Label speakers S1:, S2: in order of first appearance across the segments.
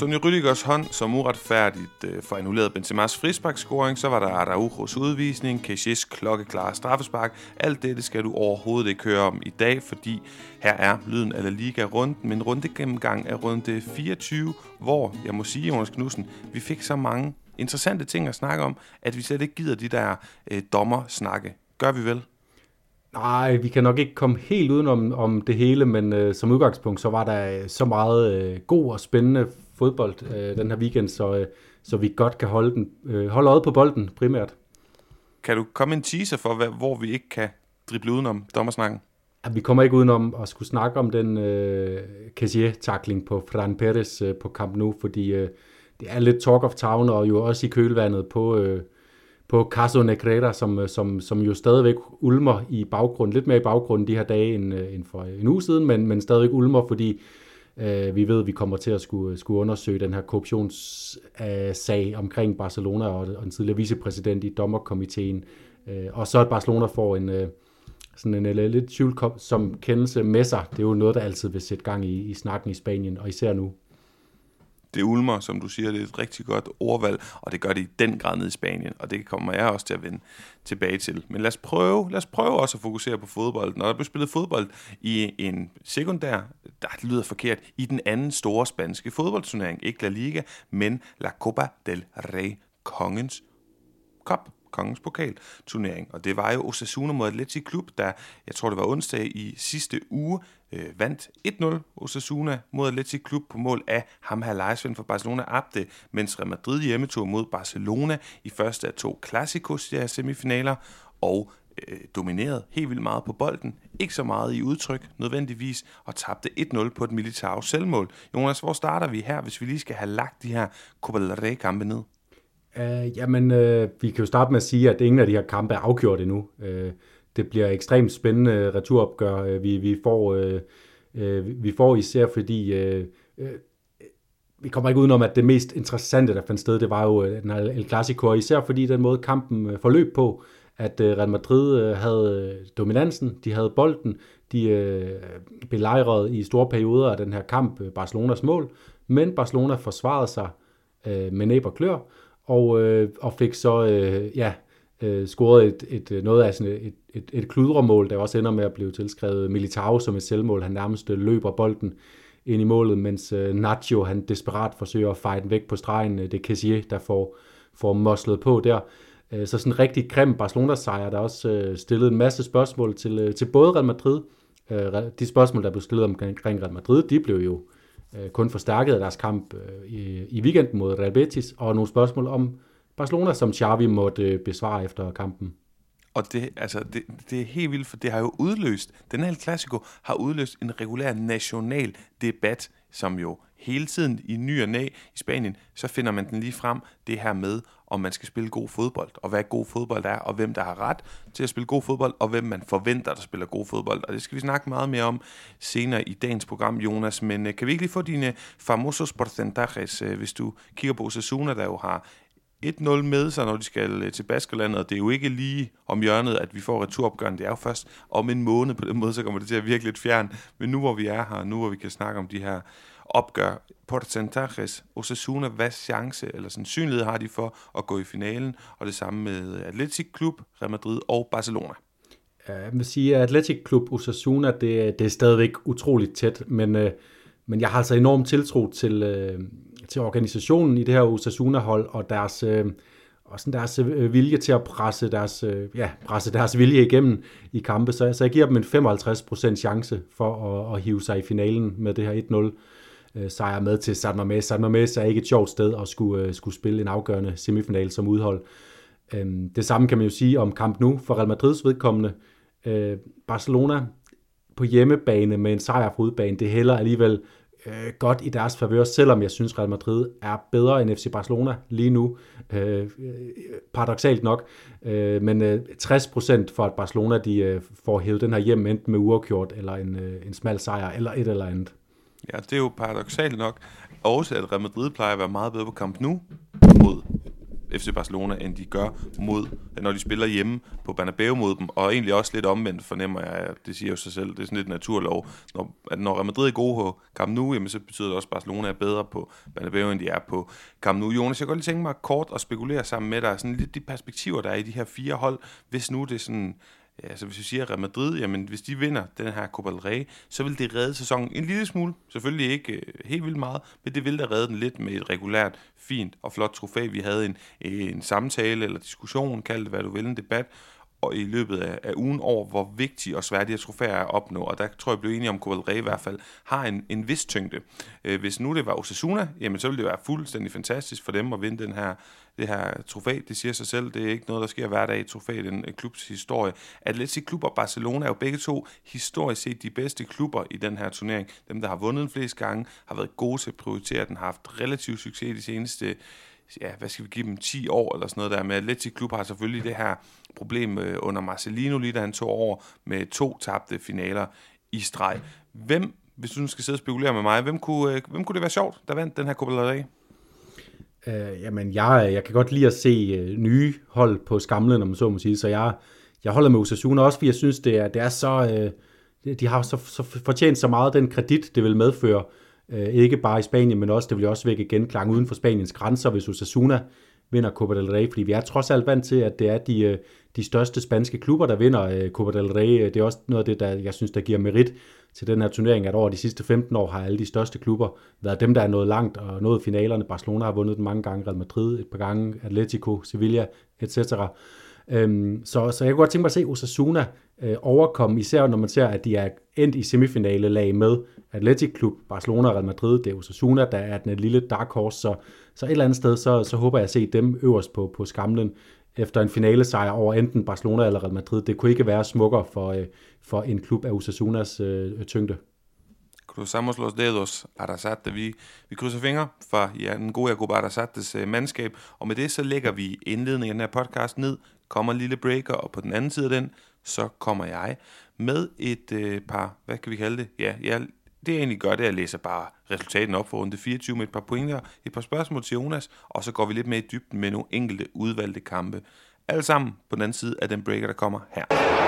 S1: Sonny Rüdigers hånd, som uretfærdigt får annulleret Benzemas frisparkscoring, så var der Araujos udvisning, Keshies klokkeklare straffespark. Alt dette skal du overhovedet ikke høre om i dag, fordi her er lyden af La Liga-runden, men rundegennemgang af runde 24, hvor, jeg må sige, Jonas Knudsen, vi fik så mange interessante ting at snakke om, at vi slet ikke gider de der dommersnakke. Gør vi vel?
S2: Nej, vi kan nok ikke komme helt udenom om det hele, men som udgangspunkt, så var der så meget god og spændende fodbold den her weekend, så vi godt kan holde øjet på bolden primært.
S1: Kan du komme en teaser for, hvor vi ikke kan drible udenom dommersnakken?
S2: Ja, vi kommer ikke udenom at skulle snakke om den Kessie-tackling på Fran Perez på Camp Nou, fordi det er lidt talk of town, og jo også i kølvandet på Caso Negreira, som jo stadigvæk ulmer i baggrund, lidt mere i baggrund de her dage end for en uge siden, men stadigvæk ulmer, fordi vi ved, at vi kommer til at skulle undersøge den her korruptionssag omkring Barcelona og en tidligere vicepræsident i dommerkomiteen. Og så at Barcelona får sådan en lidt tvivl som kendelse med sig. Det er jo noget, der altid vil sætte gang i snakken i Spanien, og især nu.
S1: Det ulmer, som du siger, det er et rigtig godt ordvalg, og det gør det i den grad ned i Spanien, og det kommer jeg også til at vende tilbage til. Men lad os prøve også at fokusere på fodbold. Når der bliver spillet fodbold i en sekundær, det lyder forkert, i den anden store spanske fodboldturnering, ikke La Liga, men La Copa del Rey, kongens pokalturnering. Og det var jo Osasuna mod Athletic Club, der, jeg tror det var onsdag i sidste uge, vandt 1-0 Osasuna mod Athletic Club på mål af Hamha Leisven fra Barcelona Abde, mens Real Madrid hjemmetog mod Barcelona i første af 2 Clásicos semifinaler og dominerede helt vildt meget på bolden, ikke så meget i udtryk nødvendigvis, og tabte 1-0 på et Militao selvmål. Jonas, hvor starter vi her, hvis vi lige skal have lagt de her Copa del Rey-kampe ned?
S2: Vi kan jo starte med at sige, at ingen af de her kampe er afgjort endnu. Det bliver ekstremt spændende returopgør, vi får især, fordi vi kommer ikke udenom, at det mest interessante, der fandt sted, det var jo den her El Clasico, især fordi den måde kampen forløb på, at Real Madrid havde dominansen, de havde bolden, de belejrede i store perioder af den her kamp Barcelonas mål, men Barcelona forsvarede sig med næb og klør, og fik så scoret noget af sådan et kludremål, der også ender med at blive tilskrevet Militao som et selvmål. Han nærmest løber bolden ind i målet, mens Nacho han desperat forsøger at feje den væk på stregen. Det er Kessie, der får moslet på der. Så sådan en rigtig grim Barcelona-sejr, der også stillede en masse spørgsmål til både Real Madrid. De spørgsmål, der blev stillet omkring Real Madrid, de blev jo kun forstærket af deres kamp i weekenden mod Real Betis, og nogle spørgsmål om Barcelona, som Xavi måtte besvare efter kampen.
S1: Og det er helt vildt, for det har jo udløst, den her El Clasico har udløst en regulær national debat, som jo hele tiden i ny og næ i Spanien, så finder man den lige frem, det her med, om man skal spille god fodbold, og hvad god fodbold er, og hvem der har ret til at spille god fodbold, og hvem man forventer, der spiller god fodbold. Og det skal vi snakke meget mere om senere i dagens program, Jonas. Men kan vi ikke lige få dine famosos porcentajes, hvis du kigger på Osasuna, der jo har 1-0 med sig, når de skal til Baskerlandet, og det er jo ikke lige om hjørnet, at vi får returopgøren. Det er jo først om en måned på den måde, så kommer det til at virke lidt fjern. Men nu hvor vi er her, nu hvor vi kan snakke om de her opgør, porcentajes, Osasuna, hvad chance eller sandsynlighed har de for at gå i finalen, og det samme med Athletic Club, Real Madrid og Barcelona.
S2: Jeg vil sige, at Athletic Club Osasuna, det er stadigvæk utroligt tæt, men jeg har altså enormt tiltro til organisationen i det her Osasuna-hold, og deres vilje til at presse deres vilje igennem i kampe. Så jeg giver dem en 55% chance for at hive sig i finalen med det her 1-0 sejr med til San Mamés. San Mamés er ikke et sjovt sted at skulle spille en afgørende semifinal som udhold. Det samme kan man jo sige om Camp Nou for Real Madrids vedkommende. Barcelona på hjemmebane med en sejr på udebane, det hælder alligevel godt i deres favør, selvom jeg synes, Real Madrid er bedre end FC Barcelona lige nu. Paradoksalt nok. Men 60% for, at Barcelona de får hævet den her hjem, enten med uafgjort eller en smal sejr, eller et eller andet.
S1: Ja, det er jo paradoksalt nok. Også at Real Madrid plejer at være meget bedre på Camp Nou mod FC Barcelona, end de gør når de spiller hjemme på Bernabeu mod dem, og egentlig også lidt omvendt, fornemmer jeg, det siger jo sig selv, det er sådan lidt naturlov. Når Real Madrid er gode på Camp Nou, jamen, så betyder det også, at Barcelona er bedre på Bernabeu, end de er på Camp Nou. Jonas, jeg kan godt lige tænke mig kort at spekulere sammen med dig, sådan lidt de perspektiver, der er i de her 4 hold, hvis nu det er sådan. Ja, altså hvis vi siger Real Madrid, jamen hvis de vinder den her Copa del Rey, så vil det redde sæsonen en lille smule. Selvfølgelig ikke helt vildt meget, men det vil da redde den lidt med et regulært, fint og flot trofæ. Vi havde en samtale eller diskussion, kald det hvad du vil, en debat, og i løbet af ugen over, hvor vigtige og svære de her trofæer er at opnå. Og der tror jeg, blev enige om, Copa del Rey i hvert fald har en vis tyngde. Hvis nu det var Osasuna, jamen så ville det være fuldstændig fantastisk for dem at vinde det her trofæ. Det siger sig selv, det er ikke noget, der sker hver dag i trofæ i den klubs historie. Atletico Klub og Barcelona er jo begge to historisk set de bedste klubber i den her turnering. Dem, der har vundet den flest gange, har været gode til at prioritere den, har haft relativ succes de seneste, ja, hvad skal vi give dem, 10 år eller sådan noget der. Men Atletico Klub har selvfølgelig det her problem under Marcelino, lige da han tog over med 2 tabte finaler i streg. Hvis du skal sidde og spekulere med mig, hvem kunne det være sjovt, der vandt den her Copa del Rey?
S2: Jamen, jeg kan godt lide at se nye hold på skamlen, om man så må sige, så jeg holder med Osasuna også, fordi jeg synes, det er så, de har så fortjent så meget den kredit, det vil medføre, ikke bare i Spanien, men også, det vil også vække genklang uden for Spaniens grænser, hvis Osasuna vinder Copa del Rey, fordi vi er trods alt vant til, at det er de største spanske klubber, der vinder Copa del Rey. Det er også noget af det, der jeg synes, der giver merit til den her turnering, at over de sidste 15 år har alle de største klubber været dem, der er nået langt og nået finalerne. Barcelona har vundet den mange gange, Real Madrid et par gange, Atletico, Sevilla, etc. Så jeg kunne godt tænke mig at se Osasuna overkomme, især når man ser, at de er endt i semifinale lag med Athletic Klub, Barcelona og Real Madrid. Det er Osasuna, der er den lille dark horse, så et eller andet sted, så håber jeg at se dem øverst på skamlen efter en finalesejr over enten Barcelona eller Real Madrid. Det kunne ikke være smukkere for en klub af Osasunas tyngde.
S1: Cruzamos los dedos, Arrasate. Vi krydser fingre for den gode Jacob Arrasates mandskab, og med det så lægger vi indledningen af den her podcast ned, kommer en lille breaker, og på den anden side af den, så kommer jeg med et par, hvad kan vi kalde det? Ja, det jeg egentlig gør, det er, at jeg læser bare resultaten op for runde 24 med et par pointer, et par spørgsmål til Jonas, og så går vi lidt mere i dybden med nogle enkelte udvalgte kampe. Alle sammen på den anden side af den breaker, der kommer her.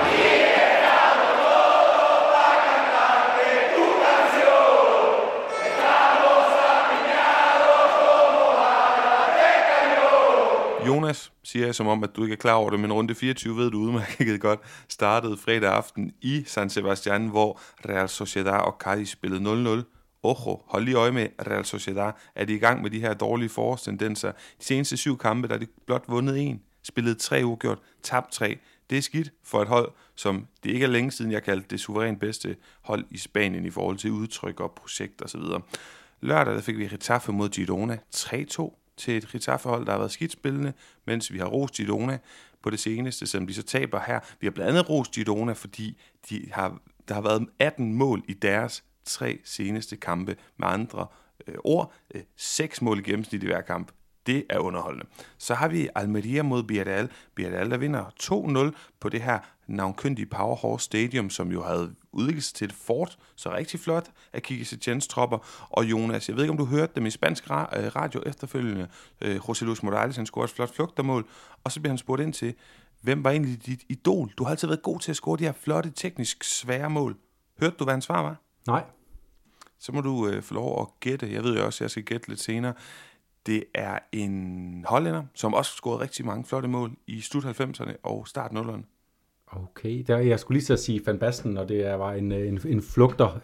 S1: Jonas, siger jeg som om, at du ikke er klar over det, men runde 24 ved du udmærket godt, startede fredag aften i San Sebastián, hvor Real Sociedad og Cádiz spillede 0-0. Hold lige øje med Real Sociedad. Er de i gang med de her dårlige forårstendenser? De seneste 7 kampe, der er de blot vundet 1, spillet 3 uafgjort, tabt 3. Det er skidt for et hold, som det ikke er længe siden, jeg kaldte det suverænt bedste hold i Spanien i forhold til udtryk og projekt osv. Lørdag der fik vi Getafe mod Girona 3-2. Til et Getafe-hold, der har været skidtspillende, mens vi har rost Girona på det seneste, som de så taber her. Vi har blandt andet rost Girona, fordi der har været 18 mål i deres 3 seneste kampe. Med andre ord, 6 mål i gennemsnit i hver kamp. Det er underholdende. Så har vi Almeria mod Villarreal. Villarreal, der vinder 2-0 på det her navnkyndige Powerhouse Stadium, som jo havde udviklet sig til et fort, så rigtig flot af Quique Setiéns tropper. Og Jonas, jeg ved ikke, om du hørte dem i spansk radio efterfølgende. José Luis Morales, han scorede et flot flugtermål, og så bliver han spurgt ind til, hvem var egentlig dit idol? Du har altid været god til at score de her flotte, teknisk svære mål. Hørte du, hvad hans svar var?
S2: Nej.
S1: Så må du få lov at gætte. Jeg ved jo også, at jeg skal gætte lidt senere. Det er en hollænder, som også scorede rigtig mange flotte mål i slut 90'erne og start 0'erne.
S2: Okay, jeg skulle lige så sige Van Basten, og det var en flugter,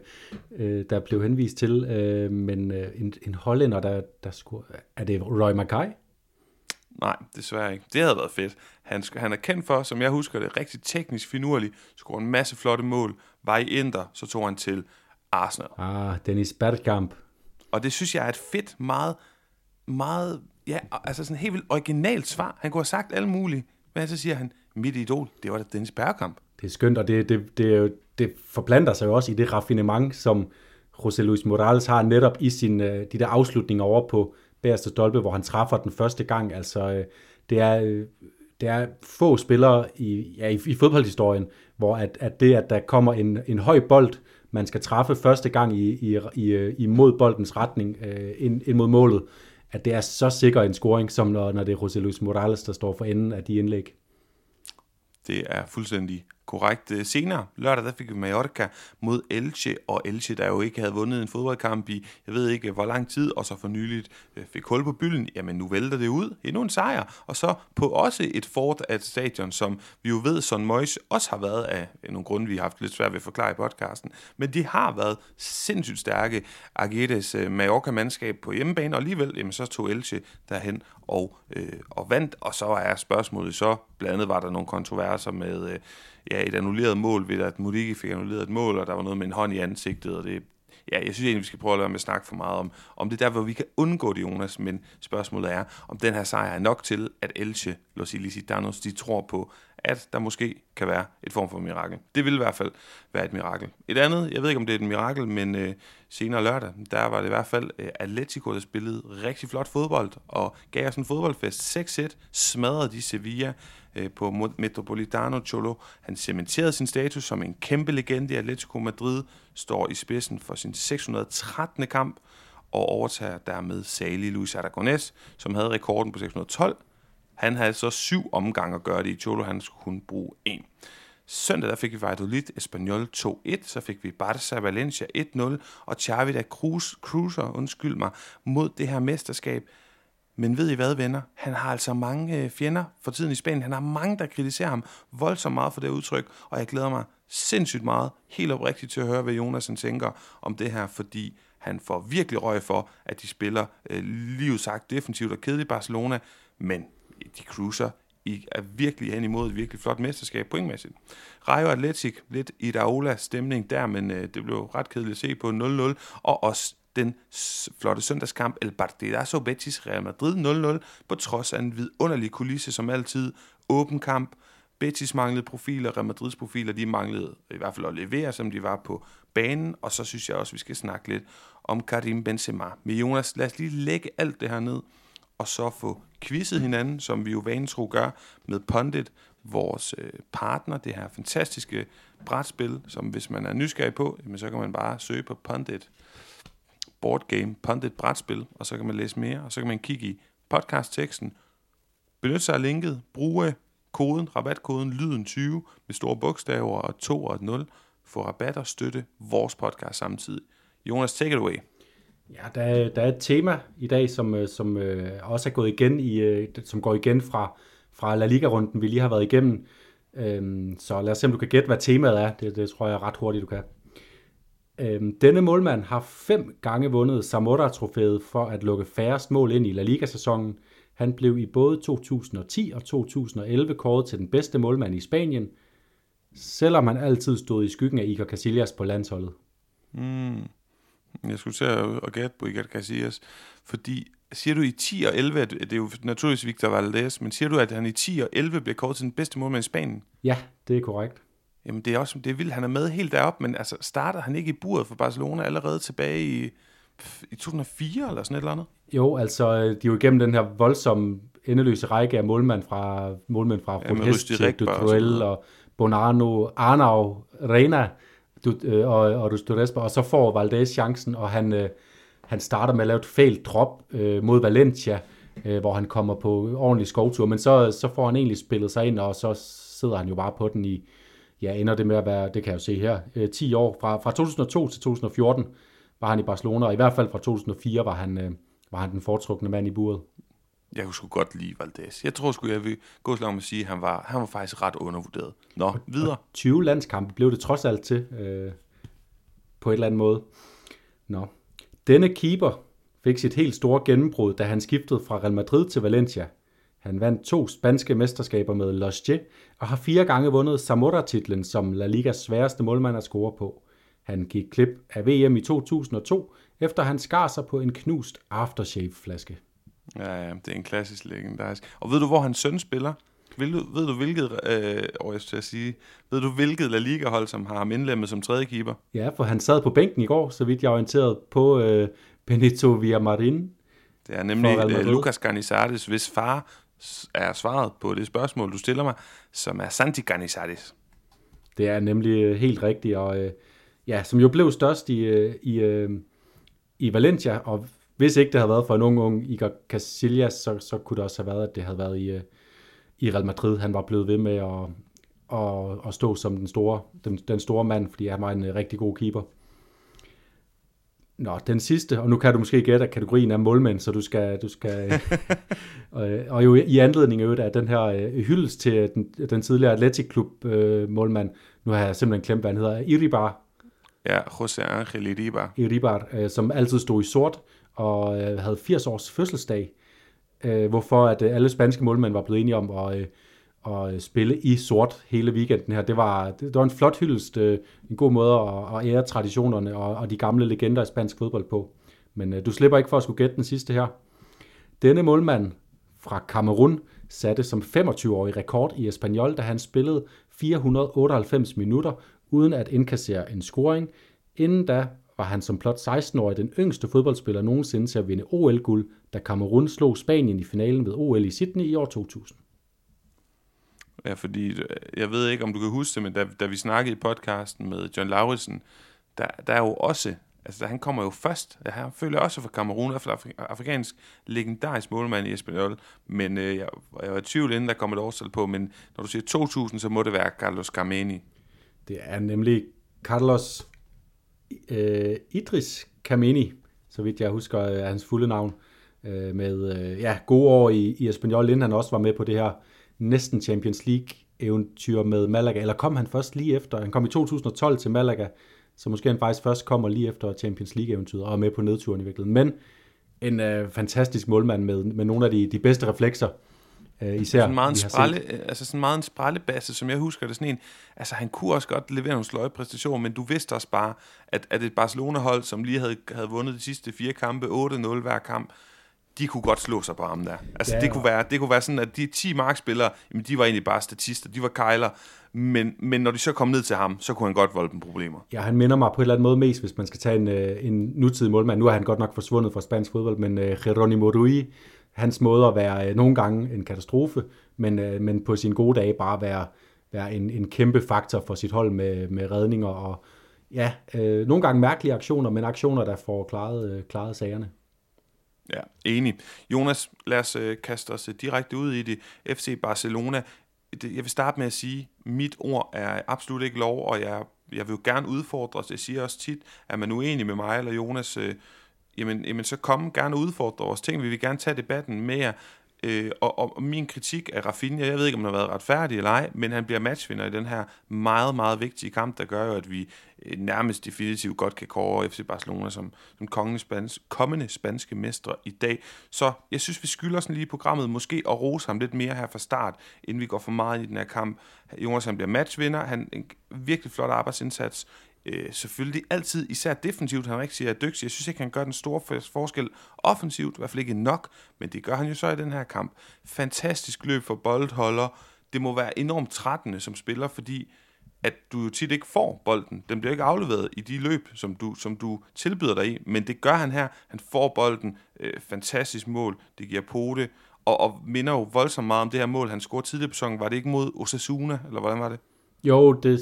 S2: der blev henvist til, men en hollænder, der scorede. Er det Roy Mackay?
S1: Nej, desværre ikke. Det havde været fedt. Han er kendt for, som jeg husker det, rigtig teknisk finurlig, scorede en masse flotte mål, var i Inter, så tog han til Arsenal.
S2: Dennis Bergkamp.
S1: Og det synes jeg er et fedt, meget, ja, altså sådan helt vildt originalt svar. Han kunne have sagt alle mulige, men så siger han, mit idol, det var da Dennis Bergkamp.
S2: Det er skønt, og det forplanter sig jo også i det raffinement, som José Luis Morales har netop i de der afslutninger over på bagerste stolpe, hvor han træffer den første gang. Altså, det er få spillere i fodboldhistorien, hvor at der kommer en høj bold, man skal træffe første gang imod boldens retning, ind mod målet, at det er så sikker en scoring, som når det er José Luis Morales, der står for enden af de indlæg.
S1: Det er fuldstændig korrekt. Senere lørdag, der fik vi Mallorca mod Elche, og Elche, der jo ikke havde vundet en fodboldkamp i, jeg ved ikke hvor lang tid, og så for nyligt fik hul på bylden, jamen nu vælter det ud. Endnu en sejr, og så på også et fort af et stadion, som vi jo ved, Son Mois også har været af nogle grunde, vi har haft lidt svært ved at forklare i podcasten, men de har været sindssygt stærke. Aguirres Mallorca-mandskab på hjemmebane, og alligevel, jamen så tog Elche derhen og vandt, og så er spørgsmålet så, blandt andet var der nogle kontroverser med et annulleret mål, ved at Muriqi fik annulleret et mål, og der var noget med en hånd i ansigtet, og det, jeg synes egentlig, vi skal prøve at lade med at snakke for meget om det der, hvor vi kan undgå det, Jonas, men spørgsmålet er, om den her sejr er nok til, at Elche, Los Ilicitanos, de tror på, at der måske kan være et form for mirakel. Det vil i hvert fald være et mirakel. Et andet, jeg ved ikke, om det er et mirakel, men senere lørdag, der var det i hvert fald Atletico, der spillede rigtig flot fodbold, og gav os en fodboldfest 6-1, smadrede de Sevilla på Metropolitano. Cholo, han cementerede sin status som en kæmpe legende i Atletico Madrid, står i spidsen for sin 613. kamp, og overtager dermed salig Luis Aragonés, som havde rekorden på 612. Han havde så 7 omgange at gøre det i Cholo, han skulle kun bruge 1. Søndag der fik vi Valladolid Espanyol 2-1, så fik vi Barça Valencia 1-0, og Xavi der cruiser mod det her mesterskab. Men ved I hvad, venner? Han har altså mange fjender for tiden i Spanien. Han har mange, der kritiserer ham voldsomt meget for det udtryk, og jeg glæder mig sindssygt meget, helt oprigtigt til at høre, hvad Jonas tænker om det her, fordi han får virkelig røg for, at de spiller livet sagt defensivt og kedeligt Barcelona, men de cruiser er virkelig hen imod et virkelig flot mesterskab pointmæssigt. Rayo Athletic, lidt i Iraola stemning der, men det blev ret kedeligt at se på 0-0, og også den flotte søndagskamp El Partidazo Betis Real Madrid 0-0, på trods af en vidunderlig kulisse som altid, åben kamp. Betis manglede profiler, Real Madrids profiler, de manglede i hvert fald at levere, som de var på banen, og så synes jeg også, vi skal snakke lidt om Karim Benzema. Men Jonas, lad os lige lægge alt det her ned, og så få quizzet hinanden, som vi jo vanetro gør med Pundit, vores partner, det her fantastiske brætspil, som hvis man er nysgerrig på, jamen, så kan man bare søge på Pundit Board Game, Pundit brætspil, og så kan man læse mere, og så kan man kigge i podcastteksten, benytte sig af linket, bruge rabatkoden lyden20 med store bogstaver og 2 og et 0, få rabat og støtte vores podcast samtidig. Jonas, take it away.
S2: Ja, der er et tema i dag, som også er gået igen som går igen fra La Liga-runden, vi lige har været igennem. Så lad os se, om du kan gætte, hvad temaet er. Det tror jeg ret hurtigt, du kan. Denne målmand har 5 gange vundet Zamora-trofæet for at lukke færrest mål ind i La Liga-sæsonen. Han blev i både 2010 og 2011 kåret til den bedste målmand i Spanien, selvom han altid stod i skyggen af Iker Casillas på landsholdet.
S1: Jeg skulle til at gætte på Iker Casillas, fordi siger du i 10 og 11, det er jo naturligvis Victor Valdés, men siger du, at han i 10 og 11 blev kåret til den bedste målmand i Spanien?
S2: Ja, det er korrekt.
S1: Jamen det er vildt, han er med helt deroppe, men altså starter han ikke i buret for Barcelona allerede tilbage i 2004 eller sådan et eller andet?
S2: Jo, altså de er jo igennem den her voldsomme endeløse række af målmænd fra Rodeste, Dutrell og Bonano, Arnau, Reina og Durespa, og så får Valdés chancen, og han starter med at lave et fælt drop mod Valencia, hvor han kommer på ordentlig skovtur, men så får han egentlig spillet sig ind, og så sidder han jo bare på den ender det med at være, det kan jeg jo se her, 10 år. Fra 2002 til 2014 var han i Barcelona, og i hvert fald fra 2004 var han den foretrukne mand i buret.
S1: Jeg kunne sgu godt lide Valdés. Jeg tror sgu, jeg vil gå så langt med at sige, at han var faktisk ret undervurderet. Nå, videre.
S2: Og 20 landskampe blev det trods alt til, på et eller andet måde. Nå. Denne keeper fik sit helt store gennembrud, da han skiftede fra Real Madrid til Valencia. Han vandt 2 spanske mesterskaber med Los Che, og har 4 gange vundet Zamora-titlen som La Ligas sværeste målmand at score på. Han gik klip af VM i 2002, efter han skar sig på en knust aftershave-flaske.
S1: Ja, det er en klassisk legendarisk. Og ved du, hvor hans søn spiller? Ved du hvilket La Liga-hold, som har ham indlemmet som tredje keeper?
S2: Ja, for han sad på bænken i går, så vidt jeg er orienteret, på Benito Villamarin.
S1: Det er nemlig Lucas Canizares, hvis far er svaret på det spørgsmål, du stiller mig, som er Santi Canizares.
S2: Det er nemlig helt rigtigt, og som jo blev størst i Valencia, og hvis ikke det havde været for en ung Iker Casillas, så kunne det også have været, at det havde været i Real Madrid. Han var blevet ved med at stå som den store mand, fordi han var en rigtig god keeper. Nå, den sidste, og nu kan du måske gætte, at kategorien er målmænd, så du skal og jo i anledning af den her hyldest til den tidligere Athletic Klub målmand, nu har jeg simpelthen glemt, hvad han hedder, Iribar.
S1: Ja, José Ángel Iribar.
S2: Iribar, som altid stod i sort og havde 80 års fødselsdag, hvorfor at alle spanske målmænd var blevet enige om at spille i sort hele weekenden her. Det var en flot hyldest, en god måde at ære traditionerne og de gamle legender i spansk fodbold på. Men du slipper ikke for at skulle gætte den sidste her. Denne målmand fra Cameroun satte som 25-årig rekord i Espanyol, da han spillede 498 minutter uden at indkassere en scoring. Inden da var han som blot 16-årig den yngste fodboldspiller nogensinde til at vinde OL-guld, da Cameroun slog Spanien i finalen ved OL i Sydney i år 2000.
S1: Ja, fordi jeg ved ikke, om du kan huske det, men da vi snakkede i podcasten med John Lauritsen, der er jo også, altså han kommer jo først, han følger også fra Cameroun, afrikansk legendarisk målmand i Espanyol, men jeg var i tvivl inden, der kom et årstal på, men når du siger 2000, så må det være Carlos Carmeni.
S2: Det er nemlig Carlos Idris Carmeni, så vidt jeg husker hans fulde navn, med gode år i Espanyol, inden han også var med på det her næsten Champions League-eventyr med Malaga, eller kom han først lige efter? Han kom i 2012 til Malaga, så måske han faktisk først kommer lige efter Champions League-eventyret og er med på nedturen i virkeligheden. Men en fantastisk målmand med nogle af de bedste reflekser, især.
S1: Sådan meget en sprællebasse, som jeg husker det sådan en. Altså han kunne også godt levere nogle sløje præstationer, men du vidste også bare, at et Barcelona-hold, som lige havde vundet de sidste 4 kampe, 8-0 hver kamp, de kunne godt slå sig på ham der. Altså det kunne være sådan, at de 10 markspillere, jamen de var egentlig bare statister, de var kejler, men når de så kom ned til ham, så kunne han godt volde dem problemer.
S2: Ja, han minder mig på en eller anden måde mest, hvis man skal tage en nutidig målmand. Nu er han godt nok forsvundet fra spansk fodbold, men Jerónimo Rui, hans måde at være nogle gange en katastrofe, men på sine gode dage bare være en kæmpe faktor for sit hold med redninger og nogle gange mærkelige aktioner, men aktioner, der får klaret sagerne.
S1: Ja, enig. Jonas, lad os kaste os direkte ud i det. FC Barcelona. Jeg vil starte med at sige, mit ord er absolut ikke lov, og jeg vil jo gerne udfordres. Jeg siger også tit, er man uenig med mig eller Jonas, jamen så kom gerne og udfordre os ting. Vi vil gerne tage debatten med jer. Og min kritik af Rafinha, jeg ved ikke, om han har været retfærdig eller ej, men han bliver matchvinder i den her meget, meget vigtige kamp, der gør jo, at vi nærmest definitivt godt kan kåre FC Barcelona som kommende spanske mestre i dag. Så jeg synes, vi skylder sådan lige i programmet måske at rose ham lidt mere her fra start, inden vi går for meget i den her kamp. Jonas, han bliver matchvinder, han en virkelig flot arbejdsindsats. Selvfølgelig altid, især defensivt, han rigtig siger, er dygtig. Jeg synes ikke, han gør den store forskel offensivt, i hvert fald ikke nok, men det gør han jo så i den her kamp. Fantastisk løb for boldholder. Det må være enormt trættende som spiller, fordi at du jo tit ikke får bolden. Den bliver ikke afleveret i de løb, som du tilbyder dig i, men det gør han her. Han får bolden. Fantastisk mål. Det giver pote, og minder jo voldsomt meget om det her mål, han scorede tidligere på sæsonen. Var det ikke mod Osasuna, eller hvordan var det?
S2: Jo, det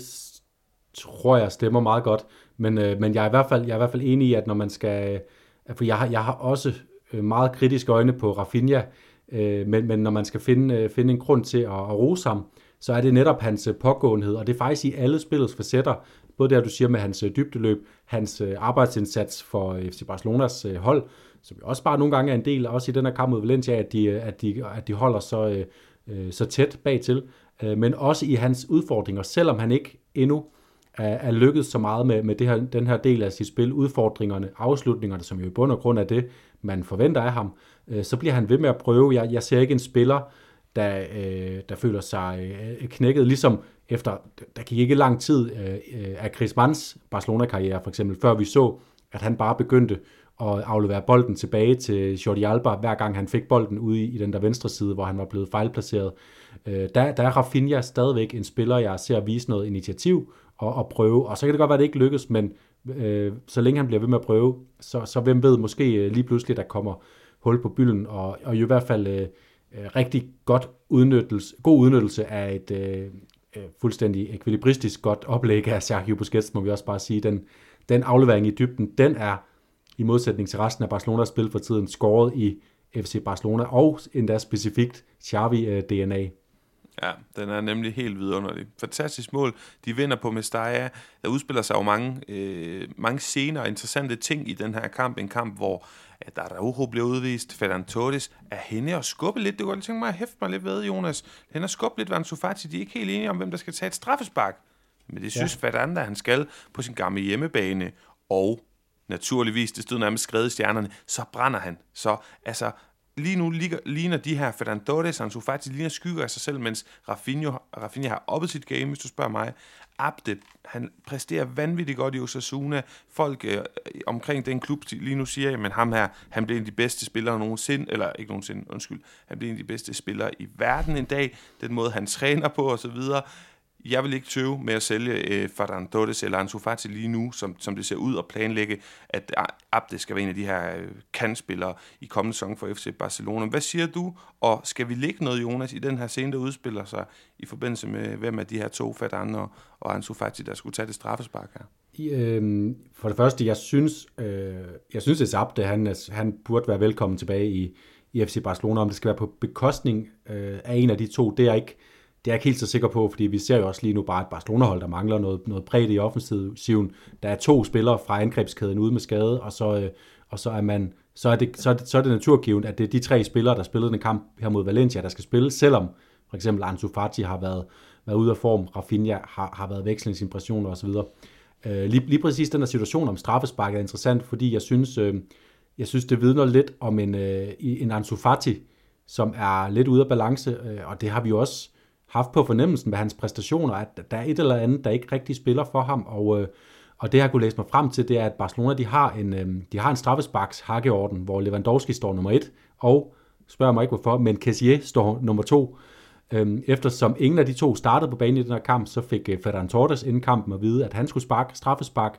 S2: tror jeg stemmer meget godt, men jeg er i hvert fald enig i, at når man skal, for jeg har også meget kritiske øjne på Rafinha, men når man skal finde en grund til at rose ham, så er det netop hans pågåenhed, og det er faktisk i alle spillets facetter, både det, du siger med hans dybdeløb, hans arbejdsindsats for FC Barcelonas hold, som jo også bare nogle gange er en del, også i den her kamp mod Valencia, at de holder så tæt bagtil, men også i hans udfordringer, selvom han ikke endnu er lykkedes så meget med den her del af sit spil, udfordringerne, afslutningerne, som jo i bund og grund er det, man forventer af ham, så bliver han ved med at prøve. Jeg ser ikke en spiller, der føler sig knækket, ligesom efter, der gik ikke lang tid af Griezmanns Barcelona-karriere for eksempel, før vi så, at han bare begyndte at aflevere bolden tilbage til Jordi Alba, hver gang han fik bolden ude i den der venstre side, hvor han var blevet fejlplaceret. Der er Rafinha stadigvæk en spiller, jeg ser vise noget initiativ og prøve, og så kan det godt være, at det ikke lykkes, men så længe han bliver ved med at prøve, så hvem ved, måske lige pludselig, der kommer hul på bylden, og i hvert fald rigtig god udnyttelse af et fuldstændig ekvilibristisk godt oplæg af Sergio Busquets, må vi også bare sige. Den aflevering i dybden, den er i modsætning til resten af Barcelonas spil for tiden, scoret i FC Barcelona, og endda specifikt Xavi-DNA.
S1: Ja, den er nemlig helt vidunderlig. Fantastisk mål. De vinder på Mestalla. Der udspiller sig jo mange scener og interessante ting i den her kamp. En kamp, hvor Araujo bliver udvist. Ferran Torres er henne og skubbe lidt. Det kunne jeg tænke mig at hæfte mig lidt ved, Jonas. Henne og skubbe lidt ved Ansu Fati. De er ikke helt enige om, hvem der skal tage et straffespark. Men det synes Ferran, han skal på sin gamle hjemmebane. Og naturligvis, det stod nærmest skrevet i stjernerne, så brænder han. Så altså... Lige nu ligner de her Ferran Torres, Ansu Fati ligner skygger af sig selv, mens Rafinha har oppet sit game, hvis du spørger mig. Abde, han præsterer vanvittigt godt i Osasuna. Folk omkring den klub lige nu siger, at ham her, han bliver en af de bedste spillere nogensinde, eller ikke nogensinde, undskyld, han bliver en af de bedste spillere i verden en dag, den måde han træner på osv. Jeg vil ikke tøve med at sælge Ferran Torres eller Ansu Fati lige nu, som det ser ud, og planlægge, at Abde skal være en af de her kandspillere i kommende sæson for FC Barcelona. Hvad siger du, og skal vi lægge noget, Jonas, i den her scene, der udspiller sig i forbindelse med, hvem af de her to, Ferran og Ansu Fati, der skulle tage det straffespark her?
S2: For det første, jeg synes at Abde, han burde være velkommen tilbage i FC Barcelona. Om det skal være på bekostning af en af de to, det er jeg ikke helt så sikker på, fordi vi ser jo også lige nu bare et Barcelona-hold, der mangler noget bredde i offensiven. Der er 2 spillere fra angrebskæden ude med skade, og så er det naturgivet, at det er de 3 spillere, der spillede den kamp her mod Valencia, der skal spille, selvom for eksempel Ansu Fati har været ude af form, Rafinha har været vekslingsimpressioner osv. Lige præcis den her situation om straffespark er interessant, fordi jeg synes det vidner lidt om en Ansu Fati, som er lidt ude af balance, og det har vi jo også haft på fornemmelsen med hans præstationer, at der er et eller andet, der ikke rigtig spiller for ham, og det jeg kunne læse mig frem til, det er, at Barcelona de har en straffesparks hakkeorden, hvor Lewandowski står nummer 1, og spørger mig ikke hvorfor, men Kessié står nummer 2. Eftersom ingen af de to startede på banen i den her kamp, så fik Ferran Torres inden kampen at vide, at han skulle sparke straffespark.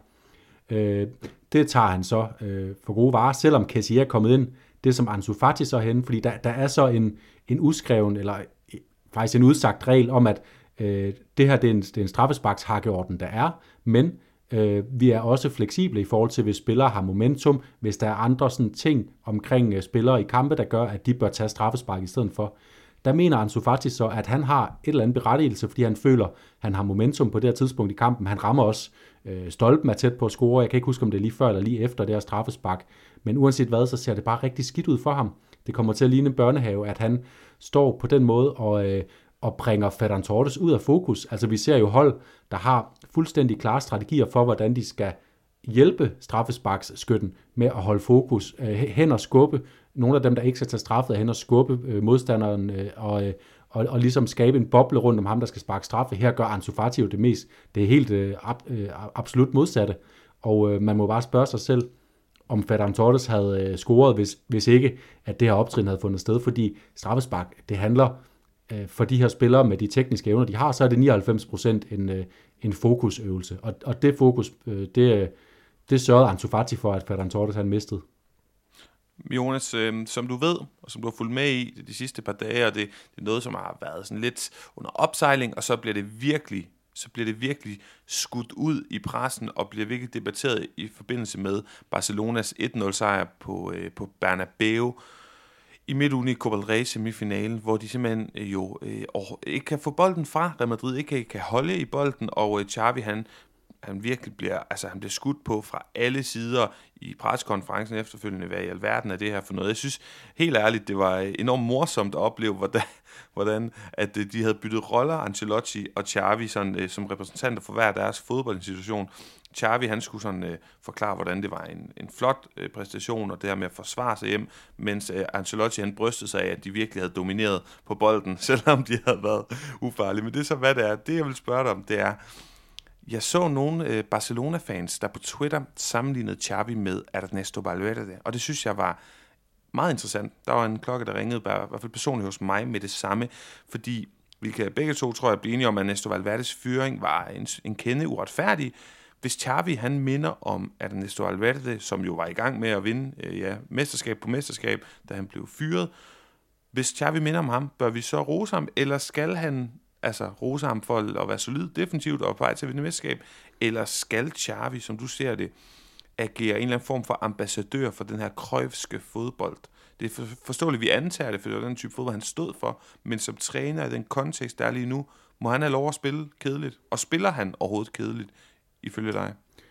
S2: Det tager han så for gode varer, selvom Kessié er kommet ind. Det som Ansu Fati så henne, fordi der er så en uskreven, eller faktisk en udsagt regel om, at det her det er en straffesparkshakkeorden, der er, men vi er også fleksible i forhold til, hvis spillere har momentum, hvis der er andre sådan ting omkring spillere i kampe, der gør, at de bør tage straffespark i stedet for. Der mener Ansu Fati så, at han har et eller andet berettigelse, fordi han føler, han har momentum på det her tidspunkt i kampen. Han rammer også stolpen er tæt på at score. Jeg kan ikke huske, om det er lige før eller lige efter det her straffespark. Men uanset hvad, så ser det bare rigtig skidt ud for ham. Det kommer til at ligne en børnehave, at han står på den måde og bringer Ferran Torres ud af fokus. Altså vi ser jo hold, der har fuldstændig klare strategier for, hvordan de skal hjælpe straffesparksskytten med at holde fokus, hen og skubbe. Nogle af dem, der ikke skal tage straffet, hen og skubbe modstanderen og ligesom skabe en boble rundt om ham, der skal sparke straffe. Her gør Ansu Fati jo det er helt absolut modsatte. Og man må bare spørge sig selv, om Ferran Torres havde scoret, hvis ikke, at det her optrin havde fundet sted, fordi straffespark, det handler for de her spillere med de tekniske evner, de har, så er det 99% en fokusøvelse. Og det fokus, det sørgede Ansu Fati for, at Ferran Torres han mistede.
S1: Jonas, som du ved, og som du har fulgt med i de sidste par dage, og det er noget, som har været sådan lidt under opsejling, og så bliver det virkelig skudt ud i pressen, og bliver virkelig debatteret i forbindelse med Barcelonas 1-0 sejr på Bernabeu i midtugen i Copa del Rey semifinalen, hvor de simpelthen ikke kan få bolden fra Real Madrid, ikke kan holde i bolden, og Xavi han virkelig bliver skudt på fra alle sider i pressekonferencen efterfølgende, hvad i alverden er det her for noget. Jeg synes helt ærligt, det var enormt morsomt at opleve, hvordan at de havde byttet roller, Ancelotti og Xavi, sådan, som repræsentanter for hver deres fodboldinstitution. Xavi, han skulle sådan forklare, hvordan det var en flot præstation, og det her med at forsvare sig hjem, mens Ancelotti, han brystede sig af, at de virkelig havde domineret på bolden, selvom de havde været ufarlige. Men det er så, hvad det er. Det, jeg vil spørge dig om, det er, jeg så nogle Barcelona-fans, der på Twitter sammenlignede Xavi med Ernesto Valverde, og det synes jeg var meget interessant. Der var en klokke, der ringede, i hvert fald personligt hos mig, med det samme, fordi vi kan begge to, tror jeg, blive enige om, at Ernesto Valverdes fyring var en kende uretfærdig. Hvis Xavi, han minder om Ernesto Valverde, som jo var i gang med at vinde mesterskab på mesterskab, da han blev fyret. Hvis Xavi minder om ham, bør vi så rose ham, eller skal han rose ham for at være solid defensivt og på vej til at vinde mesterskab, eller skal Xavi, som du ser det, agerer en eller anden form for ambassadør for den her Cruyffske fodbold. Det er forståeligt, vi antager det, for det var den type fodbold, han stod for, men som træner i den kontekst, der er lige nu, må han have lov at spille kedeligt. Og spiller han overhovedet kedeligt, ifølge dig?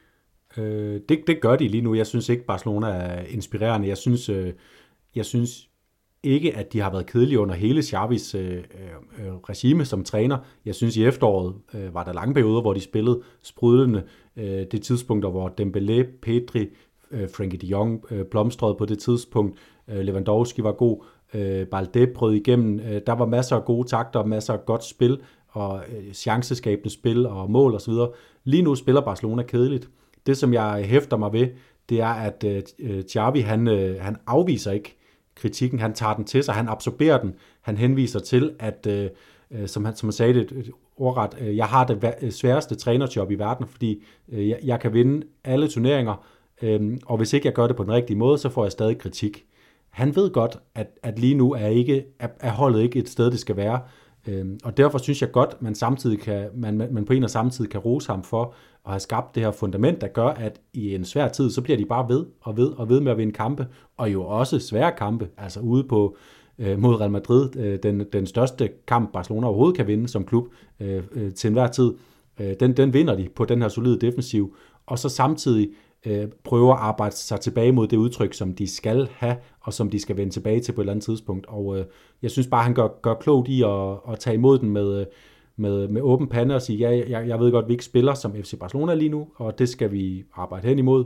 S2: Det gør de lige nu. Jeg synes ikke, Barcelona er inspirerende. Jeg synes ikke, at de har været kedelige under hele Xavis regime som træner. Jeg synes, i efteråret var der lange perioder, hvor de spillede sprudlende. Det tidspunkter, hvor Dembélé, Pedri, Frenkie de Jong blomstrede på det tidspunkt. Lewandowski var god. Balde brød igennem. Der var masser af gode takter, masser af godt spil, og chanceskabende spil og mål osv. Lige nu spiller Barcelona kedeligt. Det, som jeg hæfter mig ved, det er, at Xavi, han afviser ikke kritikken, han tager den til sig, han absorberer den, han henviser til, at, som han sagde det ordret, jeg har det sværeste trænerjob i verden, fordi jeg kan vinde alle turneringer, og hvis ikke jeg gør det på den rigtige måde, så får jeg stadig kritik. Han ved godt, at lige nu er holdet ikke et sted, det skal være, og derfor synes jeg godt, man på en og samme tid kan rose ham for at have skabt det her fundament, der gør, at i en svær tid, så bliver de bare ved med at vinde kampe, og jo også svære kampe, altså ude på mod Real Madrid, den største kamp Barcelona overhovedet kan vinde som klub til enhver tid, den vinder de på den her solide defensiv, og så samtidig prøver at arbejde sig tilbage mod det udtryk, som de skal have, og som de skal vende tilbage til på et eller andet tidspunkt. Og jeg synes bare, han gør klogt i at tage imod den med åben pande og sige, ja, jeg ved godt, vi ikke spiller som FC Barcelona lige nu, og det skal vi arbejde hen imod.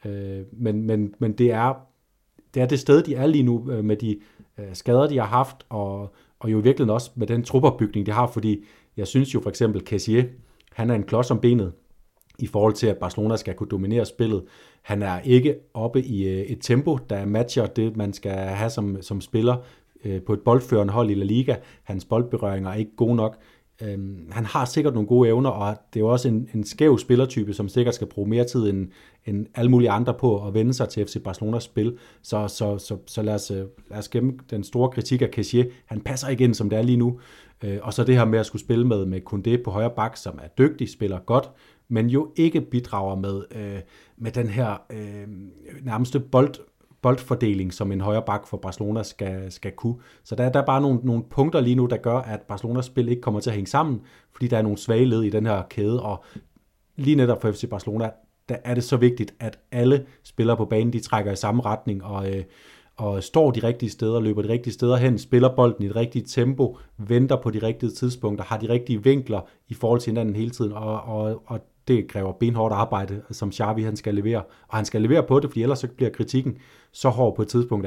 S2: Men det er det sted, de er lige nu, med de skader, de har haft, og jo i virkeligheden også med den trupperbygning, de har, fordi jeg synes jo for eksempel, Kessié, han er en klods om benet, i forhold til, at Barcelona skal kunne dominere spillet. Han er ikke oppe i et tempo, der matcher det, man skal have som spiller på et boldførende hold i La Liga. Hans boldberøringer er ikke gode nok. Han har sikkert nogle gode evner, og det er jo også en skæv spillertype, som sikkert skal bruge mere tid end alle mulige andre på at vende sig til FC Barcelonas spil. Så lad os gemme den store kritik af Kessié. Han passer ikke ind, som det er lige nu. Og så det her med at skulle spille med Koundé på højre bak, som er dygtig, spiller godt, men jo ikke bidrager med den her nærmeste boldfordeling, som en højre bak for Barcelona skal kunne. Så der er bare nogle punkter lige nu, der gør, at Barcelonas spil ikke kommer til at hænge sammen, fordi der er nogle svage led i den her kæde, og lige netop for FC Barcelona, der er det så vigtigt, at alle spillere på banen, de trækker i samme retning, og står de rigtige steder, løber de rigtige steder hen, spiller bolden i det rigtige tempo, venter på de rigtige tidspunkter, har de rigtige vinkler i forhold til hinanden hele tiden, og det kræver benhårdt arbejde, som Xavi han skal levere. Og han skal levere på det, fordi ellers så bliver kritikken så hård på et tidspunkt,